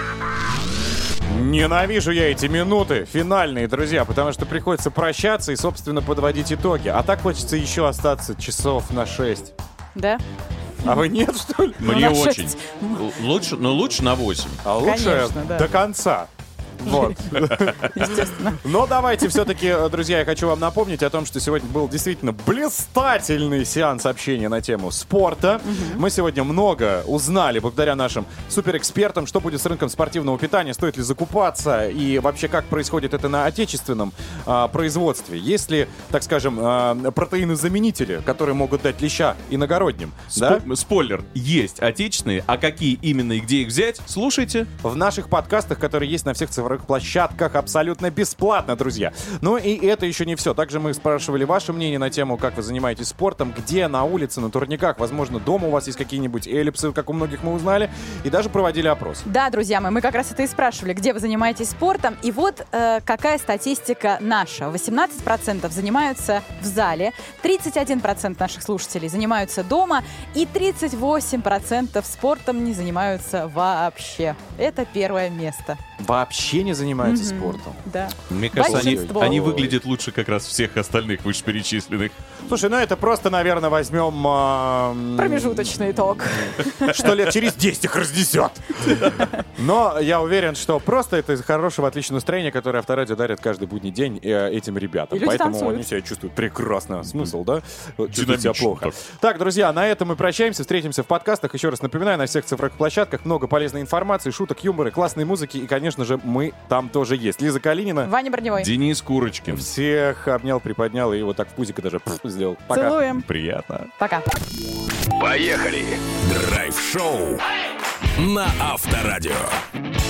Ненавижу я эти минуты финальные, друзья, потому что приходится прощаться и, собственно, подводить итоги. А так хочется еще остаться часов на шесть. Да? А вы нет, что ли? Мне на очень. шесть. Л- Лучше, но лучше на восемь. А лучше Конечно, да. до конца. Вот. Естественно. Но давайте все-таки, друзья, я хочу вам напомнить о том, что сегодня был действительно блистательный сеанс общения на тему спорта. Мы сегодня много узнали благодаря нашим суперэкспертам, что будет с рынком спортивного питания, стоит ли закупаться и вообще как происходит это на отечественном а, производстве. Есть ли, так скажем, а, протеинозаменители, которые могут дать леща иногородним? Да? Спо- Спойлер, есть отечественные, а какие именно и где их взять, слушайте. В наших подкастах, которые есть на всех цифровых площадках, абсолютно бесплатно, друзья. Ну и это еще не все. Также мы спрашивали ваше мнение на тему, как вы занимаетесь спортом, где, на улице, на турниках, возможно, дома у вас есть какие-нибудь эллипсы, как у многих мы узнали, и даже проводили опрос. Да, друзья мои, мы как раз это и спрашивали, где вы занимаетесь спортом. И вот э, какая статистика наша. восемнадцать процентов занимаются в зале, тридцать один процент наших слушателей занимаются дома, и тридцать восемь процентов спортом не занимаются вообще. Это первое место. Вообще не занимаются Мгм. спортом. Да. Мне кажется, они, Большинство. они выглядят лучше как раз всех остальных вышеперечисленных. Слушай, ну это просто, наверное, возьмем... а, м, Промежуточный итог. что лет через десять их разнесет. Но я уверен, что просто это из хорошего, отличного настроения, которое Авторадио дарит каждый будний день э, этим ребятам. И люди Поэтому танцуют. они себя чувствуют прекрасно. Смысл, да? Вот чувствуют себя Динамично плохо. так. Так, друзья, на этом мы прощаемся. Встретимся в подкастах. Еще раз напоминаю, на всех цифровых площадках много полезной информации, шуток, юмора, классной музыки. И, конечно же, мы там тоже есть. Лиза Калинина. Ваня Броневой. Денис Курочкин. Всех обнял, приподнял и вот так в пузико даже пф, сделал. Пока. Целуем. Приятно. Пока. Поехали! Драйв-шоу на Авторадио.